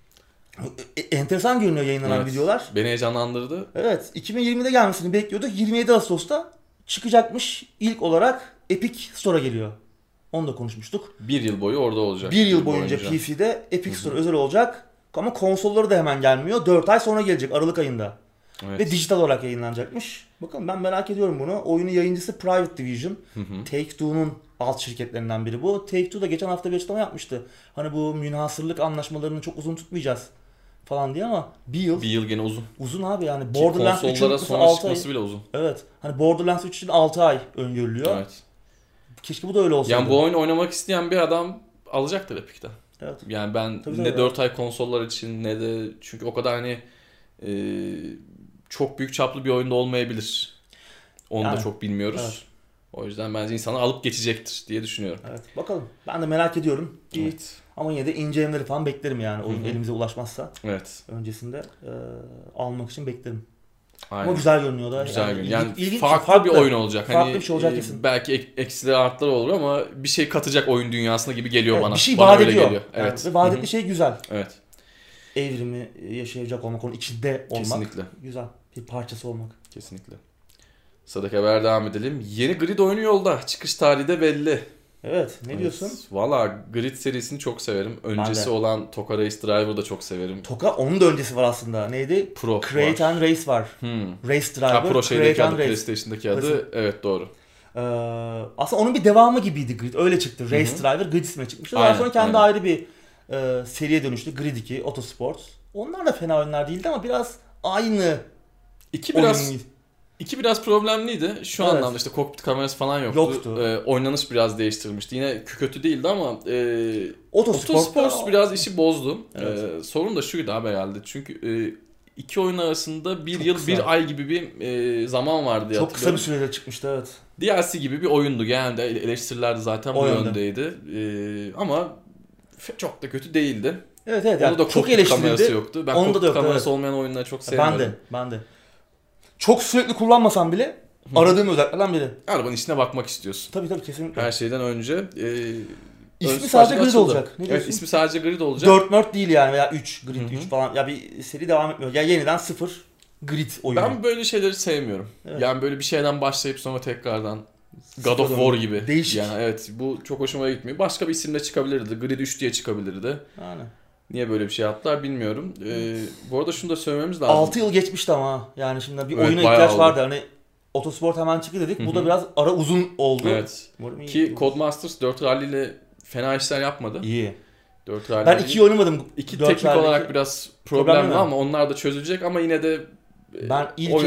Enteresan görünüyor yayınlanan videolar. Beni heyecanlandırdı. Evet, 2020'de gelmesini bekliyorduk. 27 Ağustos'ta çıkacakmış. İlk olarak Epic Store'a geliyor. Onu da konuşmuştuk. Bir yıl boyu orada olacak. Bir yıl boyunca PC'de Epic Store özel olacak. Ama konsolları da hemen gelmiyor. 4 ay sonra gelecek Aralık ayında. Evet. Ve dijital olarak yayınlanacakmış. Bakın ben merak ediyorum bunu. Oyunun yayıncısı Private Division. Take-Two'nun alt şirketlerinden biri bu. Take-Two da geçen hafta bir açıklama yapmıştı. Hani bu münhasırlık anlaşmalarını çok uzun tutmayacağız falan diye ama bir yıl. Bir yıl gene uzun. Uzun abi yani. Ki Borderlands 3'ün konsollara sonra 6 ay. çıkması bile uzun. Evet. Hani Borderlands 3 için 6 ay öngörülüyor. Evet. Keşke bu da öyle olsaydı. Yani bu oyunu oynamak isteyen bir adam alacaktır Epic'ten. Evet. Yani ben Tabii ne 4 ay konsollar için ne de çünkü o kadar hani çok büyük çaplı bir oyunda olmayabilir. Onu yani, da çok bilmiyoruz. Evet. O yüzden bence insanlar alıp geçecektir diye düşünüyorum. Evet. Bakalım. Ben de merak ediyorum. Evet. Ama yine de incelemleri falan beklerim yani. Oyun elimize ulaşmazsa. Evet. Öncesinde almak için beklerim. Aynen. Ama güzel görünüyor da. Güzel görünüyor. Yani ilginç, farklı bir oyun olacak. Farklı hani, bir şey olacak kesin. Belki eksileri artları olur ama bir şey katacak oyun dünyasına gibi geliyor evet, bana. Bir şey bana vaat öyle ediyor. geliyor. Evet. Ve vaat ettiği şey güzel. Evet. Evrimi yaşayacak olmak, onun içinde olmak. Kesinlikle. Güzel. Bir parçası olmak. Kesinlikle. Sıradaki haber devam edelim. Yeni Grid oyunu yolda. Çıkış tarihi de belli. Evet. Ne diyorsun? Valla Grid serisini çok severim. Öncesi olan Toka Race Driver'ı da çok severim. Toka onun da öncesi var aslında. Neydi? Pro Create var. and Race var. Race Driver, Pro şeydeki Create adı, and Race. PlayStation'daki adı. Evet doğru. Aslında onun bir devamı gibiydi Grid. Öyle çıktı. Race Driver Grid ismine çıkmıştı. Daha sonra kendi ayrı bir seriye dönüştü. Grid 2, Autosport. Onlar da fena oyunlar değildi ama biraz aynı. İki biraz problemliydi. Şu anlamda işte kokpit kamerası falan yoktu. Oynanış biraz değiştirilmişti. Yine kötü değildi ama Autosport biraz işi bozdu. Evet. Sorun da şuydu abi herhalde. Çünkü iki oyun arasında bir yıl, kısa. bir ay gibi bir zaman vardı. Çok kısa bir sürede çıkmıştı evet. DLC gibi bir oyundu. Genelde eleştiriler de zaten bu yöndeydi. Ama çok da kötü değildi. Evet. Onu yani da çok eleştirildi. Kamerası yoktu. Ben onda kokpit kamerası olmayan oyunları çok sevmiyorum. Ben de. Çok sürekli kullanmasam bile aradığım özelliklerden biri. Arabanın içine bakmak istiyorsun. Tabii kesinlikle. Her şeyden önce. İsmi sadece Grid olacak. Ne evet, ismi sadece Grid olacak. 4 değil yani veya 3 Grid 3 falan. Ya bir seri devam etmiyor. Ya yeniden 0 Grid oyunu. Ben böyle şeyleri sevmiyorum. Evet. Yani böyle bir şeyden başlayıp sonra tekrardan God of War gibi. Değişik. Yani evet bu çok hoşuma gitmiyor. Başka bir isimle çıkabilirdi. Grid 3 diye çıkabilirdi. Yani. Niye böyle bir şey yaptılar bilmiyorum. Bu arada şunu da söylememiz lazım. 6 yıl geçmişti ama yani şimdi bir oyuna ihtiyaç vardı. Hani Autosport hemen çıktı dedik. Bu da biraz ara uzun oldu. Evet. Ki Codemasters 4 Rally ile fena işler yapmadı. İyi. 4 Rally. Ben 2'yi oynamadım. 2 teknik olarak biraz problemli ama onlar da çözülecek ama yine de ben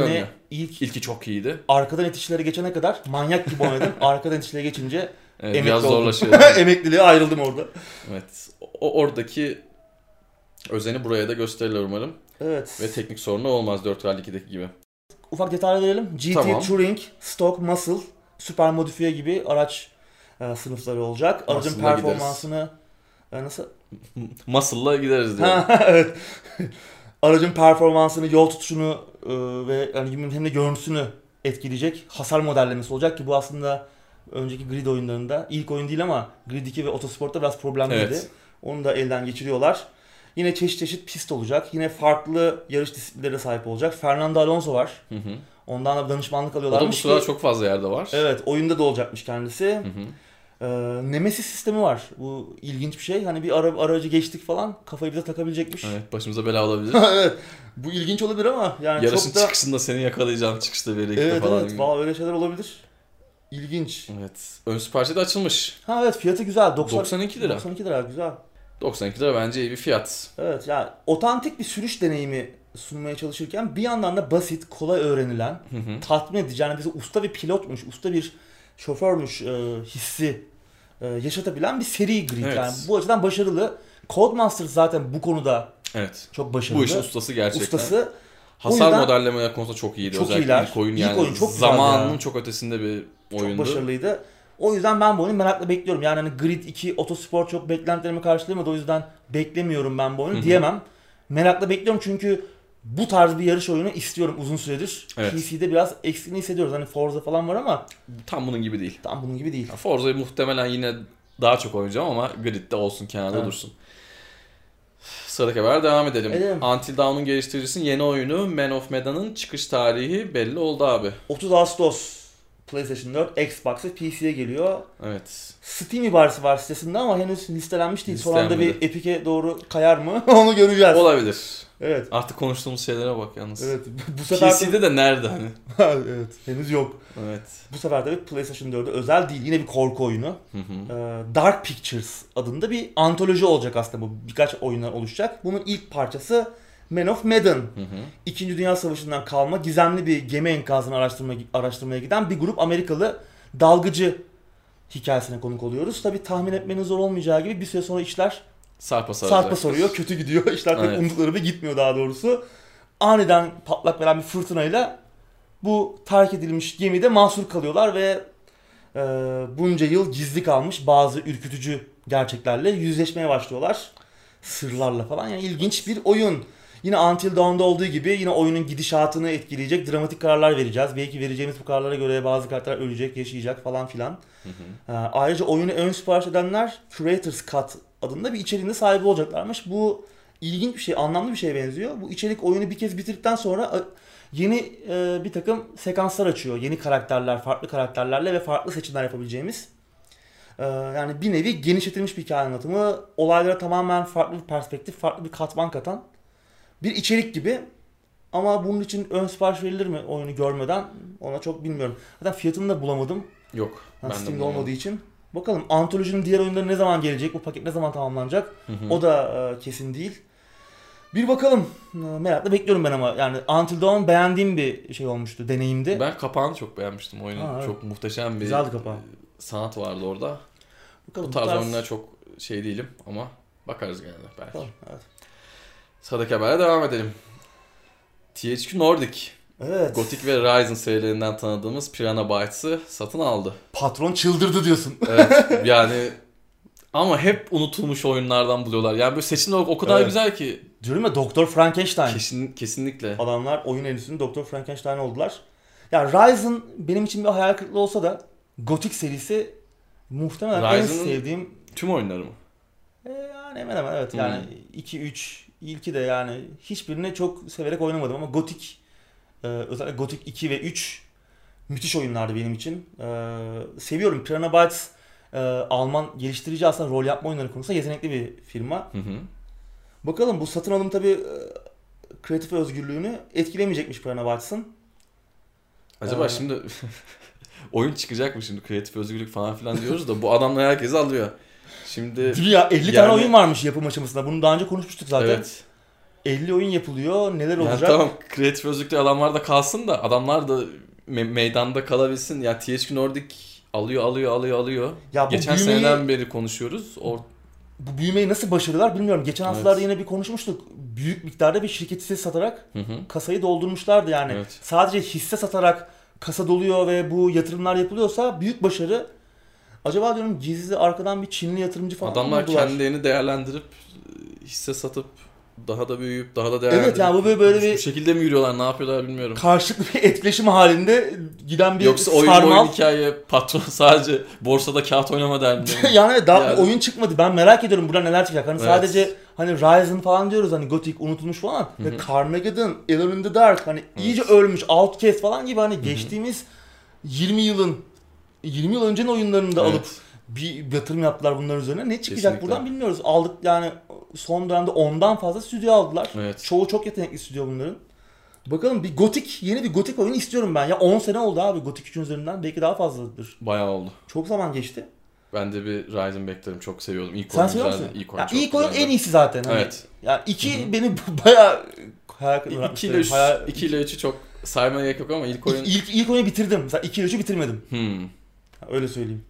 ilki çok iyiydi. Arkadan itişlere geçene kadar manyak gibi oynadım. Arkadan itişlere geçince evet, biraz zorlaşıyor. Emekliliğe ayrıldım orada. Evet. Oradaki özeni buraya da gösterirler umarım. Evet. Ve teknik sorunu olmaz 4 Rally 2'deki gibi. Ufak detaylar verelim. GT Touring, Stock, Muscle, Süper Modifiye gibi araç sınıfları olacak. Aracın performansını nasıl? Muscle'la gideriz diyor. Evet. Aracın performansını, yol tutuşunu ve yani hem de görüntüsünü etkileyecek hasar modellemesi olacak ki bu aslında önceki Grid oyunlarında ilk oyun değil ama Grid 2 ve Autosport'ta biraz problemliydi. Evet. Onu da elden geçiriyorlar. Yine çeşit pist olacak. Yine farklı yarış disiplinlerine sahip olacak. Fernando Alonso var. Ondan da danışmanlık alıyorlarmış. O da bu sırada çok fazla yerde var. Evet, oyunda da olacakmış kendisi. Nemesis sistemi var. Bu ilginç bir şey. Hani bir aracı geçtik falan kafayı bize takabilecekmiş. Evet, başımıza bela olabilir. Evet. Bu ilginç olabilir ama yani yarışın çok da... çıkışında seni yakalayacağım çıkışta birlikte falan. Evet. Valla öyle şeyler olabilir. İlginç. Evet. Ön siparişi de açılmış. Ha evet, fiyatı güzel. 92 lira. 92 lira güzel. 92 lira bence iyi bir fiyat. Evet yani otantik bir sürüş deneyimi sunmaya çalışırken bir yandan da basit, kolay öğrenilen, tatmin edici. Yani bize usta bir pilotmuş, usta bir şoförmüş hissi yaşatabilen bir seri Grid. Evet. Yani bu açıdan başarılı. Codemasters zaten bu konuda çok başarılı. Bu işin ustası gerçekten. Ustası. Hasar modellemeler konusunda çok iyiydi. Çok özellikle iyiler. İlk oyun yani çok zamanının çok ötesinde bir oyundu. Çok başarılıydı. O yüzden ben bu oyunu merakla bekliyorum. Yani hani Grid 2 Autosport çok beklentilerimi karşılayamadı. O yüzden beklemiyorum ben bu oyunu diyemem. Merakla bekliyorum çünkü bu tarz bir yarış oyunu istiyorum uzun süredir. Evet. PC'de biraz eksiğini hissediyoruz. Hani Forza falan var ama tam bunun gibi değil. Tam bunun gibi değil. Forza'yı muhtemelen yine daha çok oynayacağım ama Grid'de olsun, kenarda dursun. Sıradaki haber devam edelim. Until Dawn'un geliştiricisinin yeni oyunu Man of Medan'ın çıkış tarihi belli oldu abi. 30 Ağustos PlayStation 4, Xbox ve PC'ye geliyor. Evet. Steam ibaresi var sitesinde ama henüz listelenmiş değil. Son anda bir Listelenmedi. Epic'e doğru kayar mı? Onu göreceğiz. Olabilir. Evet. Artık konuştuğumuz şeylere bak yalnız. Evet. Bu sefer PC'de de nerede hani? evet. Henüz yok. Evet. Bu sefer de PlayStation 4'e özel değil. Yine bir korku oyunu. Hı hı. Dark Pictures adında bir antoloji olacak aslında bu. Birkaç oyundan oluşacak. Bunun ilk parçası Man of Medan. Hı hı. İkinci Dünya Savaşı'ndan kalma gizemli bir gemi enkazını araştırmaya giden bir grup Amerikalı dalgıcı hikayesine konuk oluyoruz. Tabii tahmin etmenin zor olmayacağı gibi bir süre sonra işler sarpa sarıyor, kötü gidiyor. İşler pek umdukları gibi gitmiyor daha doğrusu. Aniden patlak veren bir fırtınayla bu terk edilmiş gemide mahsur kalıyorlar ve bunca yıl gizli kalmış bazı ürkütücü gerçeklerle yüzleşmeye başlıyorlar. Sırlarla falan. Yani ilginç bir oyun. Yine Until Dawn'da olduğu gibi yine oyunun gidişatını etkileyecek dramatik kararlar vereceğiz. Belki vereceğimiz bu kararlara göre bazı karakterler ölecek, yaşayacak falan filan. Hı hı. Ayrıca oyunu ön sipariş edenler Creators Cut adında bir içeriğinde sahibi olacaklarmış. Bu ilginç bir şey, anlamlı bir şeye benziyor. Bu içerik oyunu bir kez bitirdikten sonra yeni bir takım sekanslar açıyor. Yeni karakterler, farklı karakterlerle ve farklı seçimler yapabileceğimiz. Yani bir nevi genişletilmiş bir hikaye anlatımı. Olaylara tamamen farklı bir perspektif, farklı bir katman katan bir içerik gibi. Ama bunun için ön sipariş verilir mi oyunu görmeden? Ona çok bilmiyorum. Zaten fiyatını da bulamadım. Yok. Ben de Steam'de bulamadım. olmadığı için. Bakalım antolojinin diğer oyunları ne zaman gelecek? Bu paket ne zaman tamamlanacak? Hı hı. O da kesin değil. Bir bakalım. Merakla bekliyorum ben ama. Yani Until Dawn beğendiğim bir şey olmuştu. Deneyimdi. Ben kapağını çok beğenmiştim oyunun. Evet. Çok muhteşem bir Güzeldi kapağı. sanat vardı orada. Bakalım, Bu tarz oyunlara çok şey değilim ama bakarız gene de belki. Bakalım, evet. Sıradaki haberle devam edelim. THQ Nordic, Evet. Gothic ve Ryzen serilerinden tanıdığımız Piranha Bytes'ı satın aldı. Patron çıldırdı diyorsun. Evet yani ama hep unutulmuş oyunlardan buluyorlar. Yani böyle seçimler o kadar Evet. güzel ki. Diyorum ya Doktor Frankenstein. Kesinlikle. Adamlar oyun endüstrisinin Doktor Frankenstein oldular. Ya Ryzen benim için bir hayal kırıklığı olsa da Gothic serisi muhtemelen en Ryzen'ın sevdiğim. Tüm oyunları mı? Yani hemen hemen evet yani 2-3 ilki de yani hiçbirini çok severek oynamadım ama Gothic özellikle Gothic 2 ve 3 müthiş oyunlardı benim için. Seviyorum. Piranha Bytes Alman geliştirici aslında rol yapma oyunları konusunda yetenekli bir firma. Hı hı. Bakalım bu satın alım tabii kreatif özgürlüğünü etkilemeyecekmiş Piranha Bytes'ın. Acaba şimdi oyun çıkacak mı şimdi kreatif özgürlük falan filan diyoruz da bu adamlar herkesi alıyor. Şimdi Değil mi ya 50 tane oyun varmış yapım aşamasında. Bunu daha önce konuşmuştuk zaten. Evet. 50 oyun yapılıyor. Neler Yani olacak? tamam kreatif özgürlükte adamlar da kalsın da adamlar da meydanda kalabilsin. Ya THQ Nordic alıyor. Ya bu Geçen seneden beri konuşuyoruz. Bu büyümeyi nasıl başarıyorlar bilmiyorum. Geçen haftalarda Evet. yine bir konuşmuştuk. Büyük miktarda bir şirketi satarak Hı hı. kasayı doldurmuşlardı yani. Evet. Sadece hisse satarak kasa doluyor ve bu yatırımlar yapılıyorsa büyük başarı. Acaba diyorum gizli arkadan bir Çinli yatırımcı falan Adamlar mı buldular? kendilerini değerlendirip hisse satıp daha da büyüyüp daha da değerlendirip Evet yani bu böyle bu bir şekilde mi yürüyorlar ne yapıyorlar bilmiyorum. karşılıklı bir etkileşim halinde giden bir Yoksa sarmal. oyun hikaye patron sadece borsada kağıt oynama derdinde mi? Yani daha Yani- oyun çıkmadı. Ben merak ediyorum burada neler çıkacak. Hani Evet. sadece hani Ryzen falan diyoruz hani Gothic unutulmuş falan. Hı hı. Ve Carmageddon, Alone in the Dark hani iyice ölmüş, Outcast falan gibi hani geçtiğimiz 20 yıl öncenin oyunlarını da Evet. alıp bir yatırım yaptılar bunların üzerine. Ne çıkacak Kesinlikle. buradan bilmiyoruz. Aldık yani son dönemde 10'dan fazla stüdyo aldılar. Evet. Çoğu çok yetenekli stüdyo bunların. Bakalım yeni bir Gothic oyunu istiyorum ben. Ya 10 sene oldu abi Gothic 3'ün üzerinden. Belki daha fazladır. Bayağı oldu. Çok zaman geçti. Ben de bir Ryzen beklerim. Çok seviyordum. İlk Sen oyun seviyor güzeldi. musun? İlk oyun Ya çok ilk oyun güzeldi. en iyisi zaten. Hani. Evet. Yani 2 beni bayağı hayal 2 ile 3, 2 ile 3'ü çok saymaya gerek yok ama ilk oyun... İlk oyunu bitirdim. Mesela 2 ile 3'ü bitirmedim. Öyle söyleyeyim.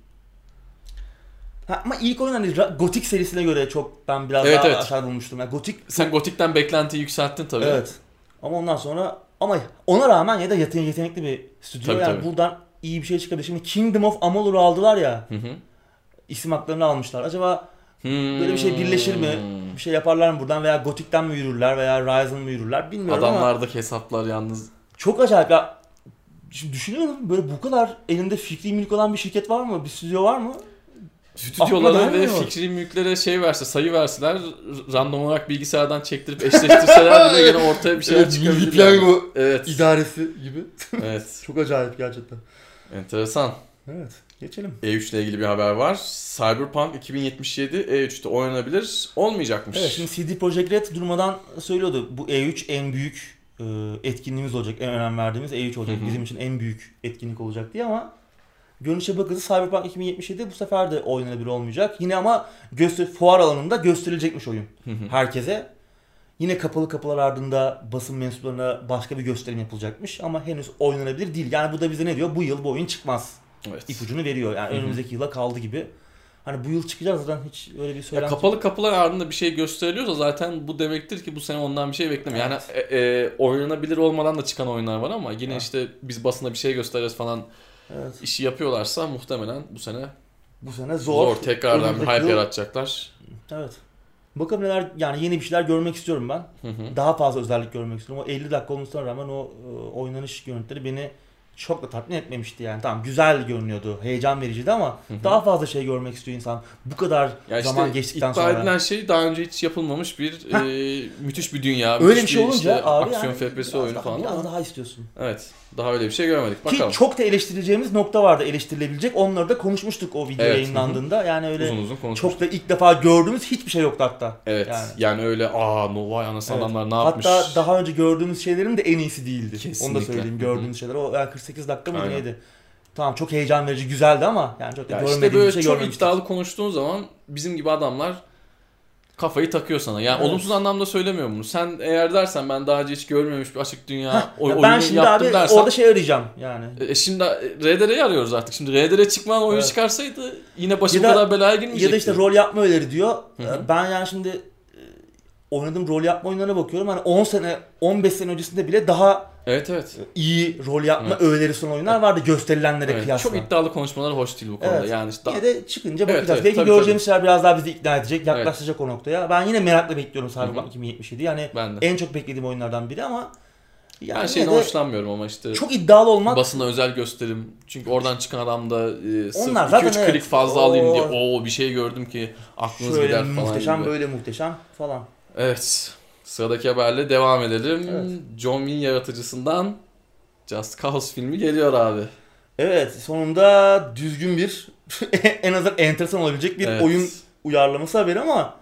Ama ilk oyun hani Gothic serisine göre çok ben biraz Evet, daha evet. aşağı bulmuştum. Yani Gothic Sen Gothic'ten beklentiyi yükselttin tabii. evet. Ama ondan sonra ona rağmen ya da yetenekli bir stüdyo Tabii, yani tabii. buradan iyi bir şey çıkabilir. Şimdi Kingdom of Amalur'u aldılar ya. Hı hı. İsim haklarını almışlar. Acaba böyle bir şey birleşir mi? Bir şey yaparlar mı buradan veya Gothic'ten mi yürürler veya Ryzen mı yürürler bilmiyorum ama Adamlardaki hesaplar yalnız... çok acayip ya. Şimdi düşünüyorum böyle bu kadar elinde fikri mülk olan bir şirket var mı? Bir stüdyo var mı? Stüdyolara Aklıma ve gelmiyor. fikri mülklere sayı verseler, random olarak bilgisayardan çektirip eşleştirseler bile gene ortaya bir şeyler çıkabilir. Milli Piyango Evet. idaresi gibi. Evet. Çok acayip gerçekten. Enteresan. Evet, geçelim. E3 ile ilgili bir haber var. Cyberpunk 2077 E3'te oynanabilir olmayacakmış. Evet, şimdi CD Projekt Red durmadan söylüyordu. Bu E3 en büyük etkinliğimiz olacak. En önem verdiğimiz E3 olacak. Bizim için en büyük etkinlik olacak diye ama görünüşe bakılırsa Cyberpunk 2077 bu sefer de oynanabilir olmayacak. Yine ama fuar alanında gösterilecekmiş oyun herkese. Yine kapalı kapılar ardında basın mensuplarına başka bir gösterim yapılacakmış ama henüz oynanabilir değil. Yani bu da bize ne diyor? Bu yıl bu oyun çıkmaz. Evet. İpucunu veriyor. Yani önümüzdeki yıla kaldı gibi. Hani bu yıl çıkacak zaten hiç öyle bir söylenti. Kapalı kapılar ardında bir şey gösteriliyorsa zaten bu demektir ki bu sene ondan bir şey bekleme. Yani oynanabilir olmadan da çıkan oyunlar var ama yine işte biz basına bir şey göstereceğiz falan işi yapıyorlarsa muhtemelen bu sene zor. Tekrardan bir hype yaratacaklar. Evet. Bakalım neler, yani yeni bir şeyler görmek istiyorum ben. Daha fazla özellik görmek istiyorum. O 50 dakika olmasına rağmen o oynanış görüntüleri beni çok da tatmin etmemişti yani. Tamam, güzel görünüyordu, heyecan vericiydi ama daha fazla şey görmek istiyor insan. Bu kadar zaman geçtikten sonra. İddia edilen şey daha önce hiç yapılmamış bir müthiş bir dünya. Öyle bir şey olunca işte, abi aksiyon yani FPS oyunu falan. Biraz daha istiyorsun. Evet. Daha öyle bir şey görmedik. Bakalım. Ki çok da eleştirileceğimiz nokta vardı, eleştirilebilecek. Onları da konuşmuştuk o video yayınlandığında. Yani öyle uzun çok da ilk defa gördüğümüz hiçbir şey yoktu hatta. Evet. Yani öyle vay anasını adamlar ne yapmış. Hatta daha önce gördüğümüz şeylerin de en iyisi değildi. Kesinlikle. Onu da söyleyeyim, gördüğümüz şeyler. O yani 48 dakika mıydı neydi? Tamam, çok heyecan verici, güzeldi ama yani çok da görmediğimiz işte böyle şey çok görmemiştik. iddialı konuştuğun zaman bizim gibi adamlar kafayı takıyor sana. Yani olumsuz anlamda söylemiyorum bunu. Sen eğer dersen ben daha önce hiç görmemiş bir açık dünya oyunu ben şimdi yaptım abi dersen. Orada şey arayacağım yani. Şimdi RDR'yi arıyoruz artık. Şimdi RDR çıkmadan oyun çıkarsaydı yine başı bu kadar belaya girmeyecekti. Ya da işte rol yapma öğeleri diyor. Ben yani şimdi oynadığım rol yapma oyunlarına bakıyorum. Hani 10 sene, 15 sene öncesinde bile daha iyi rol yapma öğeleri sunan oyunlar vardı gösterilenlere kıyasla. Çok iddialı konuşmaları hoş değil bu konuda. Evet. Yani işte yine de çıkınca bakacağız. Belki göreceğimiz şeyler biraz daha bizi ikna edecek, yaklaşacak o noktaya. Ben yine merakla bekliyorum Cyberpunk 2077. Yani en çok beklediğim oyunlardan biri ama yani ben şeyden hoşlanmıyorum ama işte çok iddialı olmak, basına özel gösterim. Çünkü oradan çıkan adam da sırf 2-3 klik fazla alayım diye bir şey gördüm ki aklınız şöyle gider falan muhteşem gibi. Böyle muhteşem falan. Evet. Sıradaki haberle devam edelim. John Wick yaratıcısından Just Cause filmi geliyor abi. Evet, sonunda düzgün bir en azından enteresan olabilecek bir oyun uyarlaması haberi ama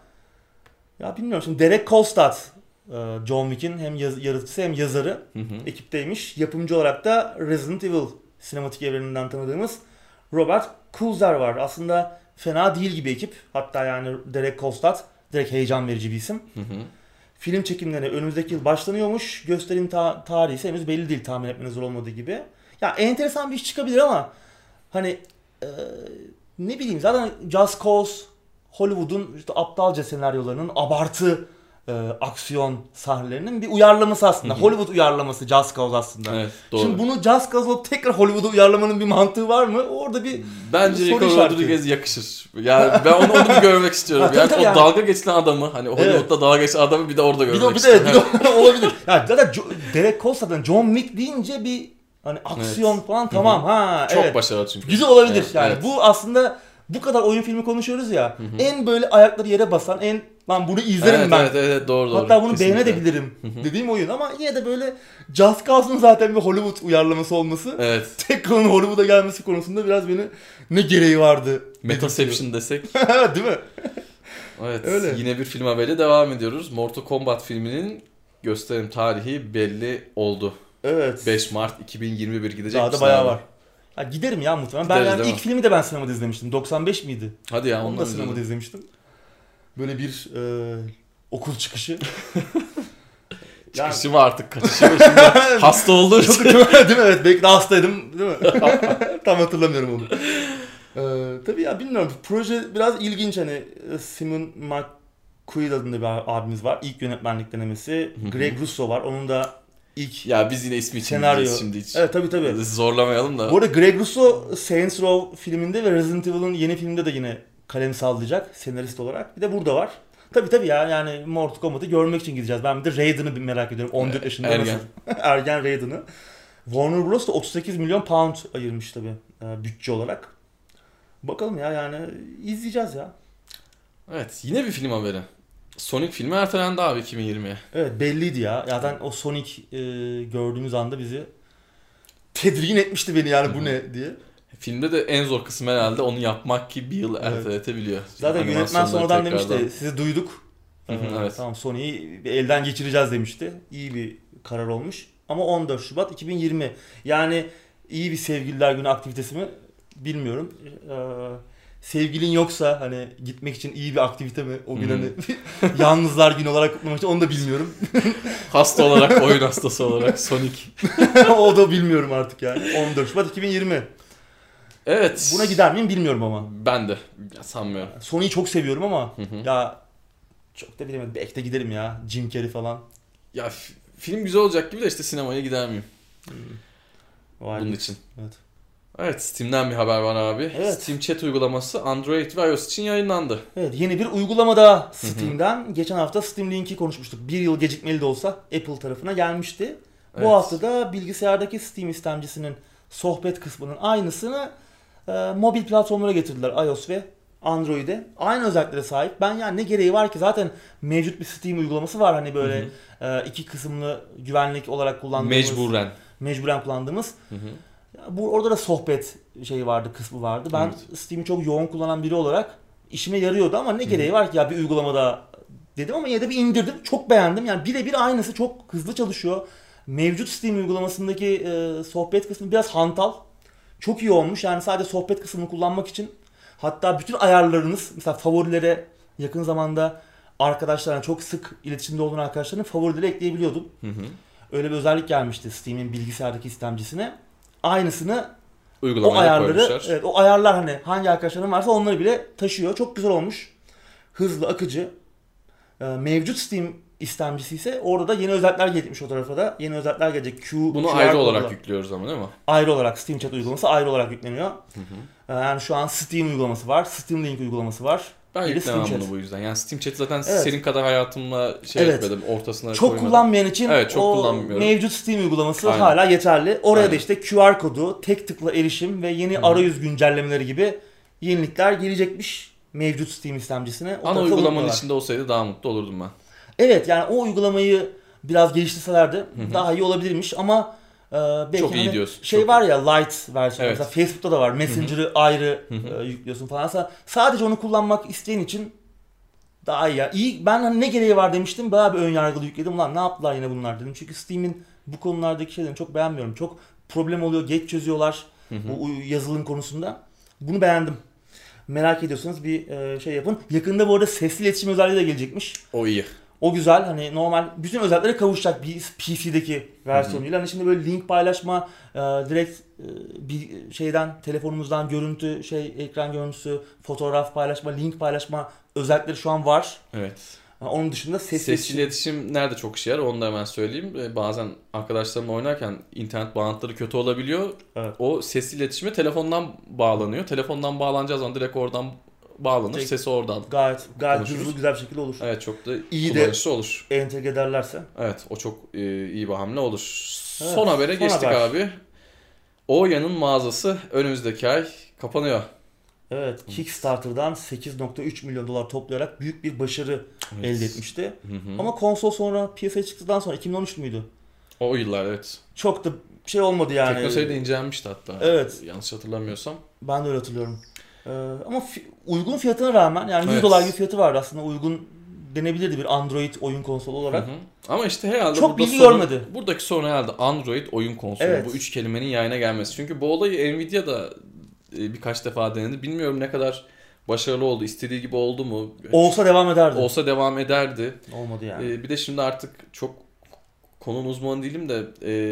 ya bilmiyorum, şimdi Derek Kolstad John Wick'in hem yaratıcısı hem yazarı ekipteymiş. Yapımcı olarak da Resident Evil sinematik evreninden tanıdığımız Robert Kulzer var. Aslında fena değil gibi ekip. Hatta yani Derek Kolstad direkt heyecan verici bir isim. Film çekimleri önümüzdeki yıl başlanıyormuş. Gösterim tarihi ise henüz belli değil, tahmin etmeniz zor olmadığı gibi. Ya enteresan bir iş çıkabilir ama hani ne bileyim, zaten Just Cause Hollywood'un işte aptalca senaryolarının abartı aksiyon sahnelerinin bir uyarlaması aslında. Hollywood uyarlaması Just Cause aslında. Evet, doğru. Şimdi bunu Just Cause olup tekrar Hollywood'a uyarlamanın bir mantığı var mı? Orada bir bence Rico Rodriguez yakışır. Yani ben onu bir görmek istiyorum. Yani o dalga geçilen adamı, hani Hollywood'da dalga geçilen adamı bir de orada görmek istiyorum. Bir de olabilir. Yani zaten Derek Kolstad'ın John Wick deyince bir hani aksiyon falan tamam çok başarılı çünkü. Güzel olabilir yani. Bu aslında bu kadar oyun filmi konuşuyoruz ya. En böyle ayakları yere basan, en lan bunu izlerim ben. Evet, doğru. Hatta bunu beğenebilirim dediğim oyun ama yine de böyle Just Cause'un zaten bir Hollywood uyarlaması olması. Tekrar onun Hollywood'a gelmesi konusunda biraz beni ne gereği vardı. Metaception desek. Değil mi? Evet. Öyle. Yine bir film haberiyle devam ediyoruz. Mortal Kombat filminin gösterim tarihi belli oldu. Evet. 5 Mart 2021 gidecek. Daha da bayağı var. Ya giderim ya muhtemelen. Ben yani ilk filmi de ben sinemada izlemiştim. 95 miydi? Hadi ya, onu da sinemada izlemiştim. Böyle bir okul çıkışı. Çıkışı mı artık, kaçışı mı şimdi? Hasta olduğu için. Değil mi? Evet, belki de hastaydım değil mi? Tam hatırlamıyorum onu. Tabii ya bilmiyorum. Proje biraz ilginç, hani Simon McQuaid adında bir abimiz var. İlk yönetmenlik denemesi. Greg Russo var. Onun da ilk ya biz yine ismi için şimdi hiç. Evet tabii. Zorlamayalım da. Bu arada Greg Russo Saints Row filminde ve Resident Evil'ın yeni filminde de yine kalem sallayacak senarist olarak. Bir de burada var. Tabii ya, yani Mortal Kombat'ı görmek için gideceğiz. Ben bir de Raiden'ı merak ediyorum. 14 yaşında nasıl? Ergen Raiden'ı. Warner Bros. Da 38 milyon pound ayırmış tabii bütçe olarak. Bakalım ya, yani izleyeceğiz ya. Evet, yine bir film haberi. Sonic filmi ertelendi abi 2020'ye. Evet, belliydi ya. Zaten o Sonic gördüğümüz anda bizi tedirgin etmişti beni yani bu ne diye. Filmde de en zor kısım herhalde onu yapmak ki bir yıl erteletebiliyor. Zaten yönetmen sonradan demişti sizi duyduk. Evet. Tamam Sony'yi elden geçireceğiz demişti. İyi bir karar olmuş. Ama 14 Şubat 2020 yani iyi bir sevgililer günü aktivitesi mi bilmiyorum. Sevgilin yoksa hani gitmek için iyi bir aktivite mi o gün hani yalnızlar günü olarak kutlamak için onu da bilmiyorum. Hasta olarak, oyun hastası olarak Sonic. O da bilmiyorum artık yani. 14 Şubat 2020. Evet. Buna gider miyim bilmiyorum ama. Ben de sanmıyorum. Sony'yi çok seviyorum ama ya çok da bilemedim. Belki de giderim ya. Jim Carrey falan. Ya film güzel olacak gibi de işte sinemaya gider miyim? Vay bunun için. Evet. Evet, Steam'den bir haber var abi. Evet. Steam Chat uygulaması Android ve iOS için yayınlandı. Evet, yeni bir uygulama da Steam'den. Geçen hafta Steam Link'i konuşmuştuk. Bir yıl gecikmeli de olsa Apple tarafına gelmişti. Evet. Bu hafta da bilgisayardaki Steam istemcisinin sohbet kısmının aynısını mobil platformlara getirdiler. iOS ve Android'e. Aynı özelliklere sahip. Ben yani ne gereği var ki zaten mevcut bir Steam uygulaması var. Hani böyle iki kısımlı güvenlik olarak kullandığımız. Mecburen kullandığımız. Orada da sohbet şeyi vardı, kısmı vardı. Ben Steam'i çok yoğun kullanan biri olarak işime yarıyordu ama ne gereği var ki ya bir uygulamada dedim ama yine de bir indirdim. Çok beğendim. Yani birebir aynısı çok hızlı çalışıyor. Mevcut Steam uygulamasındaki sohbet kısmı biraz hantal. Çok iyi olmuş. Yani sadece sohbet kısmını kullanmak için hatta bütün ayarlarınız mesela favorilere yakın zamanda arkadaşlarına çok sık iletişimde olduğun arkadaşların favorileri ekleyebiliyordum. Öyle bir özellik gelmişti Steam'in bilgisayardaki istemcisine. Aynısını o ayarları, evet, o ayarlar hani hangi arkadaşların varsa onları bile taşıyor. Çok güzel olmuş. Hızlı, akıcı. Mevcut Steam istemcisi ise orada da yeni özellikler gelecekmiş o tarafa da. Yeni özellikler gelecek. Bunu ayrı olarak yüklüyoruz ama değil mi? Ayrı olarak Steam Chat uygulaması ayrı olarak yükleniyor. Yani şu an Steam uygulaması var. Steam Link uygulaması var. Ben yüklemem bunu bu yüzden. Yani Steam Chat zaten senin kadar hayatımla etmedim. Ortasına çok koymadım. Kullanmayan için çok mevcut Steam uygulaması hala yeterli. Oraya da işte QR kodu, tek tıkla erişim ve yeni arayüz güncellemeleri gibi yenilikler gelecekmiş mevcut Steam istemcisine. Ana uygulamanın içinde olsaydı daha mutlu olurdum ben. Evet yani o uygulamayı biraz geliştirselerdi daha iyi olabilirmiş ama belki çok iyi diyorsun. Şey var ya light versiyonu mesela Facebook'ta da var. Messenger'ı ayrı yüklüyorsun falan. Sadece onu kullanmak isteyen için daha iyi ya. Ben hani ne gereği var demiştim. Bayağı bir ön yargılı yükledim. Ulan ne yaptılar yine bunlar dedim. Çünkü Steam'in bu konulardaki şeylerini çok beğenmiyorum. Çok problem oluyor. Geç çözüyorlar bu yazılım konusunda. Bunu beğendim. Merak ediyorsanız bir şey yapın. Yakında bu arada sesli iletişim özelliği de gelecekmiş. O iyi. O güzel. Hani normal bütün özelliklere kavuşacak bir PC'deki versiyonuyla. Hani şimdi böyle link paylaşma, direkt bir şeyden telefonumuzdan görüntü, ekran görüntüsü, fotoğraf paylaşma, link paylaşma özellikleri şu an var. Evet. Onun dışında sesli iletişim nerede çok işe yarar onu da hemen söyleyeyim. Bazen arkadaşlarımla oynarken internet bağlantıları kötü olabiliyor. Evet. O sesli iletişime telefondan bağlanıyor. Telefondan bağlanacağı zaman direkt oradan bağlanır. Sesi oradan gayet hızlı güzel bir şekilde olur. Evet çok da iyi kullanışlı olur. Entegre ederlerse. Evet o çok iyi bir hamle olur. Evet, son habere geçtik abi. Ouyan'ın mağazası önümüzdeki ay kapanıyor. Evet, Kickstarter'dan 8.3 milyon dolar toplayarak büyük bir başarı elde etmişti. Ama konsol sonra piyasaya çıktıktan sonra 2013 müydü? O yıllar evet. Çok da şey olmadı yani. Teknoseyir'de incelenmişti hatta. Evet. Yanlış hatırlamıyorsam. Ben de öyle hatırlıyorum. Ama uygun fiyatına rağmen yani 100 dolar gibi fiyatı vardı aslında. Uygun denebilirdi bir Android oyun konsolu olarak. Ama işte herhalde çok bilgi görmedi. Buradaki sorun herhalde Android oyun konsolu. Evet. Bu üç kelimenin yayına gelmesi. Çünkü bu olayı Nvidia da birkaç defa denedi. Bilmiyorum ne kadar başarılı oldu. İstediği gibi oldu mu? Olsa devam ederdi. Olsa devam ederdi. Olmadı yani. Bir de şimdi artık çok konunun uzmanı değilim de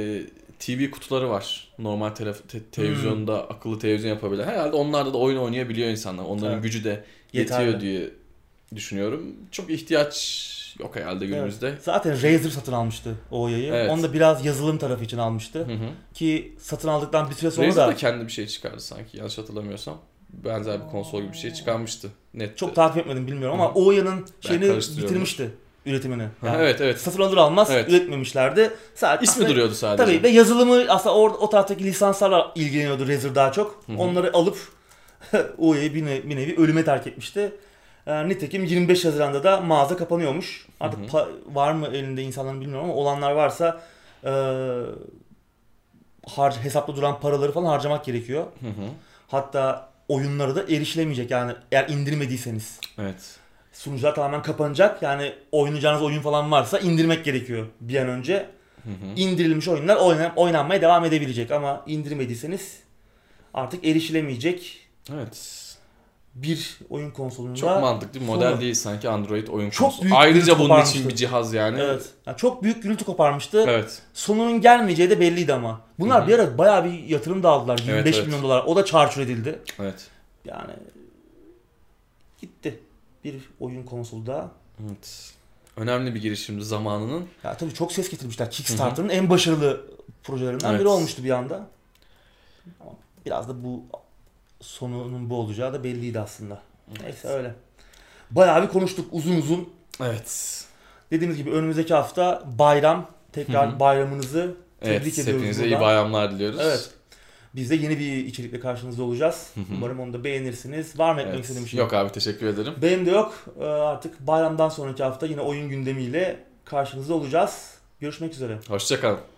TV kutuları var. Normal televizyonda akıllı televizyon yapabilen. Herhalde onlarda da oyun oynayabiliyor insanlar. Onların gücü de yetiyor diye düşünüyorum. Çok ihtiyaç yok herhalde günümüzde. Evet. Zaten Razer satın almıştı Ouyan'ı. Evet. Onu da biraz yazılım tarafı için almıştı. Ki satın aldıktan bir süre sonra Razer da kendi bir şey çıkardı sanki yanlış hatırlamıyorsam. Benzer bir konsol gibi bir şey çıkarmıştı. Çok takip etmedim bilmiyorum ama Ouyan'ın şeyini bitirmişti. Üretimini. Yani evet. Satın alır almaz üretmemişlerdi. İsmi duruyordu sadece. Tabii ve yazılımı aslında o taraftaki lisanslarla ilgileniyordu Razer daha çok. Onları alıp Ouyan'ı bir nevi ölüme terk etmişti. Nitekim 25 Haziran'da da mağaza kapanıyormuş. Artık var mı elinde insanların bilmiyorum ama olanlar varsa hesapta duran paraları falan harcamak gerekiyor. Hı hı. Hatta oyunlara da erişilemeyecek yani eğer indirmediyseniz. Evet. Sunucular tamamen kapanacak. Yani oynayacağınız oyun falan varsa indirmek gerekiyor bir an önce. Hı hı. İndirilmiş oyunlar oynanmaya devam edebilecek ama indirmediyseniz artık erişilemeyecek Evet. bir oyun konsolunda. Çok mantıklı bir model sonu. değil sanki Android oyun Çok konsolu. büyük Ayrıca gürültü bunun koparmıştı. için bir cihaz yani. Evet. Yani çok büyük gürültü koparmıştı. Evet. Sonunun gelmeyeceği de belliydi ama. Bunlar Hı hı. bir ara bayağı bir yatırım da aldılar. 25 Evet. milyon dolar. O da çarçur edildi. Evet. Yani gitti. Bir oyun konsolu daha. Evet. Önemli bir girişimdi zamanının. Ya tabii çok ses getirmişler. Kickstarter'ın en başarılı projelerinden Evet. biri olmuştu bir anda. Ama biraz da bu sonunun bu olacağı da belliydi aslında. Evet. Neyse öyle. Bayağı bir konuştuk uzun uzun. Evet. Dediğimiz gibi önümüzdeki hafta bayram. Tekrar Hı hı. bayramınızı tebrik Evet. ediyoruz Hepinize buradan. iyi bayramlar diliyoruz. Evet. Biz de yeni bir içerikle karşınızda olacağız. Hı hı. Umarım onu da beğenirsiniz. Var mı eklemek Evet. istediğim bir şey? Yok abi, teşekkür ederim. Benim de yok. Artık bayramdan sonraki hafta yine oyun gündemiyle karşınızda olacağız. Görüşmek üzere. Hoşça kalın.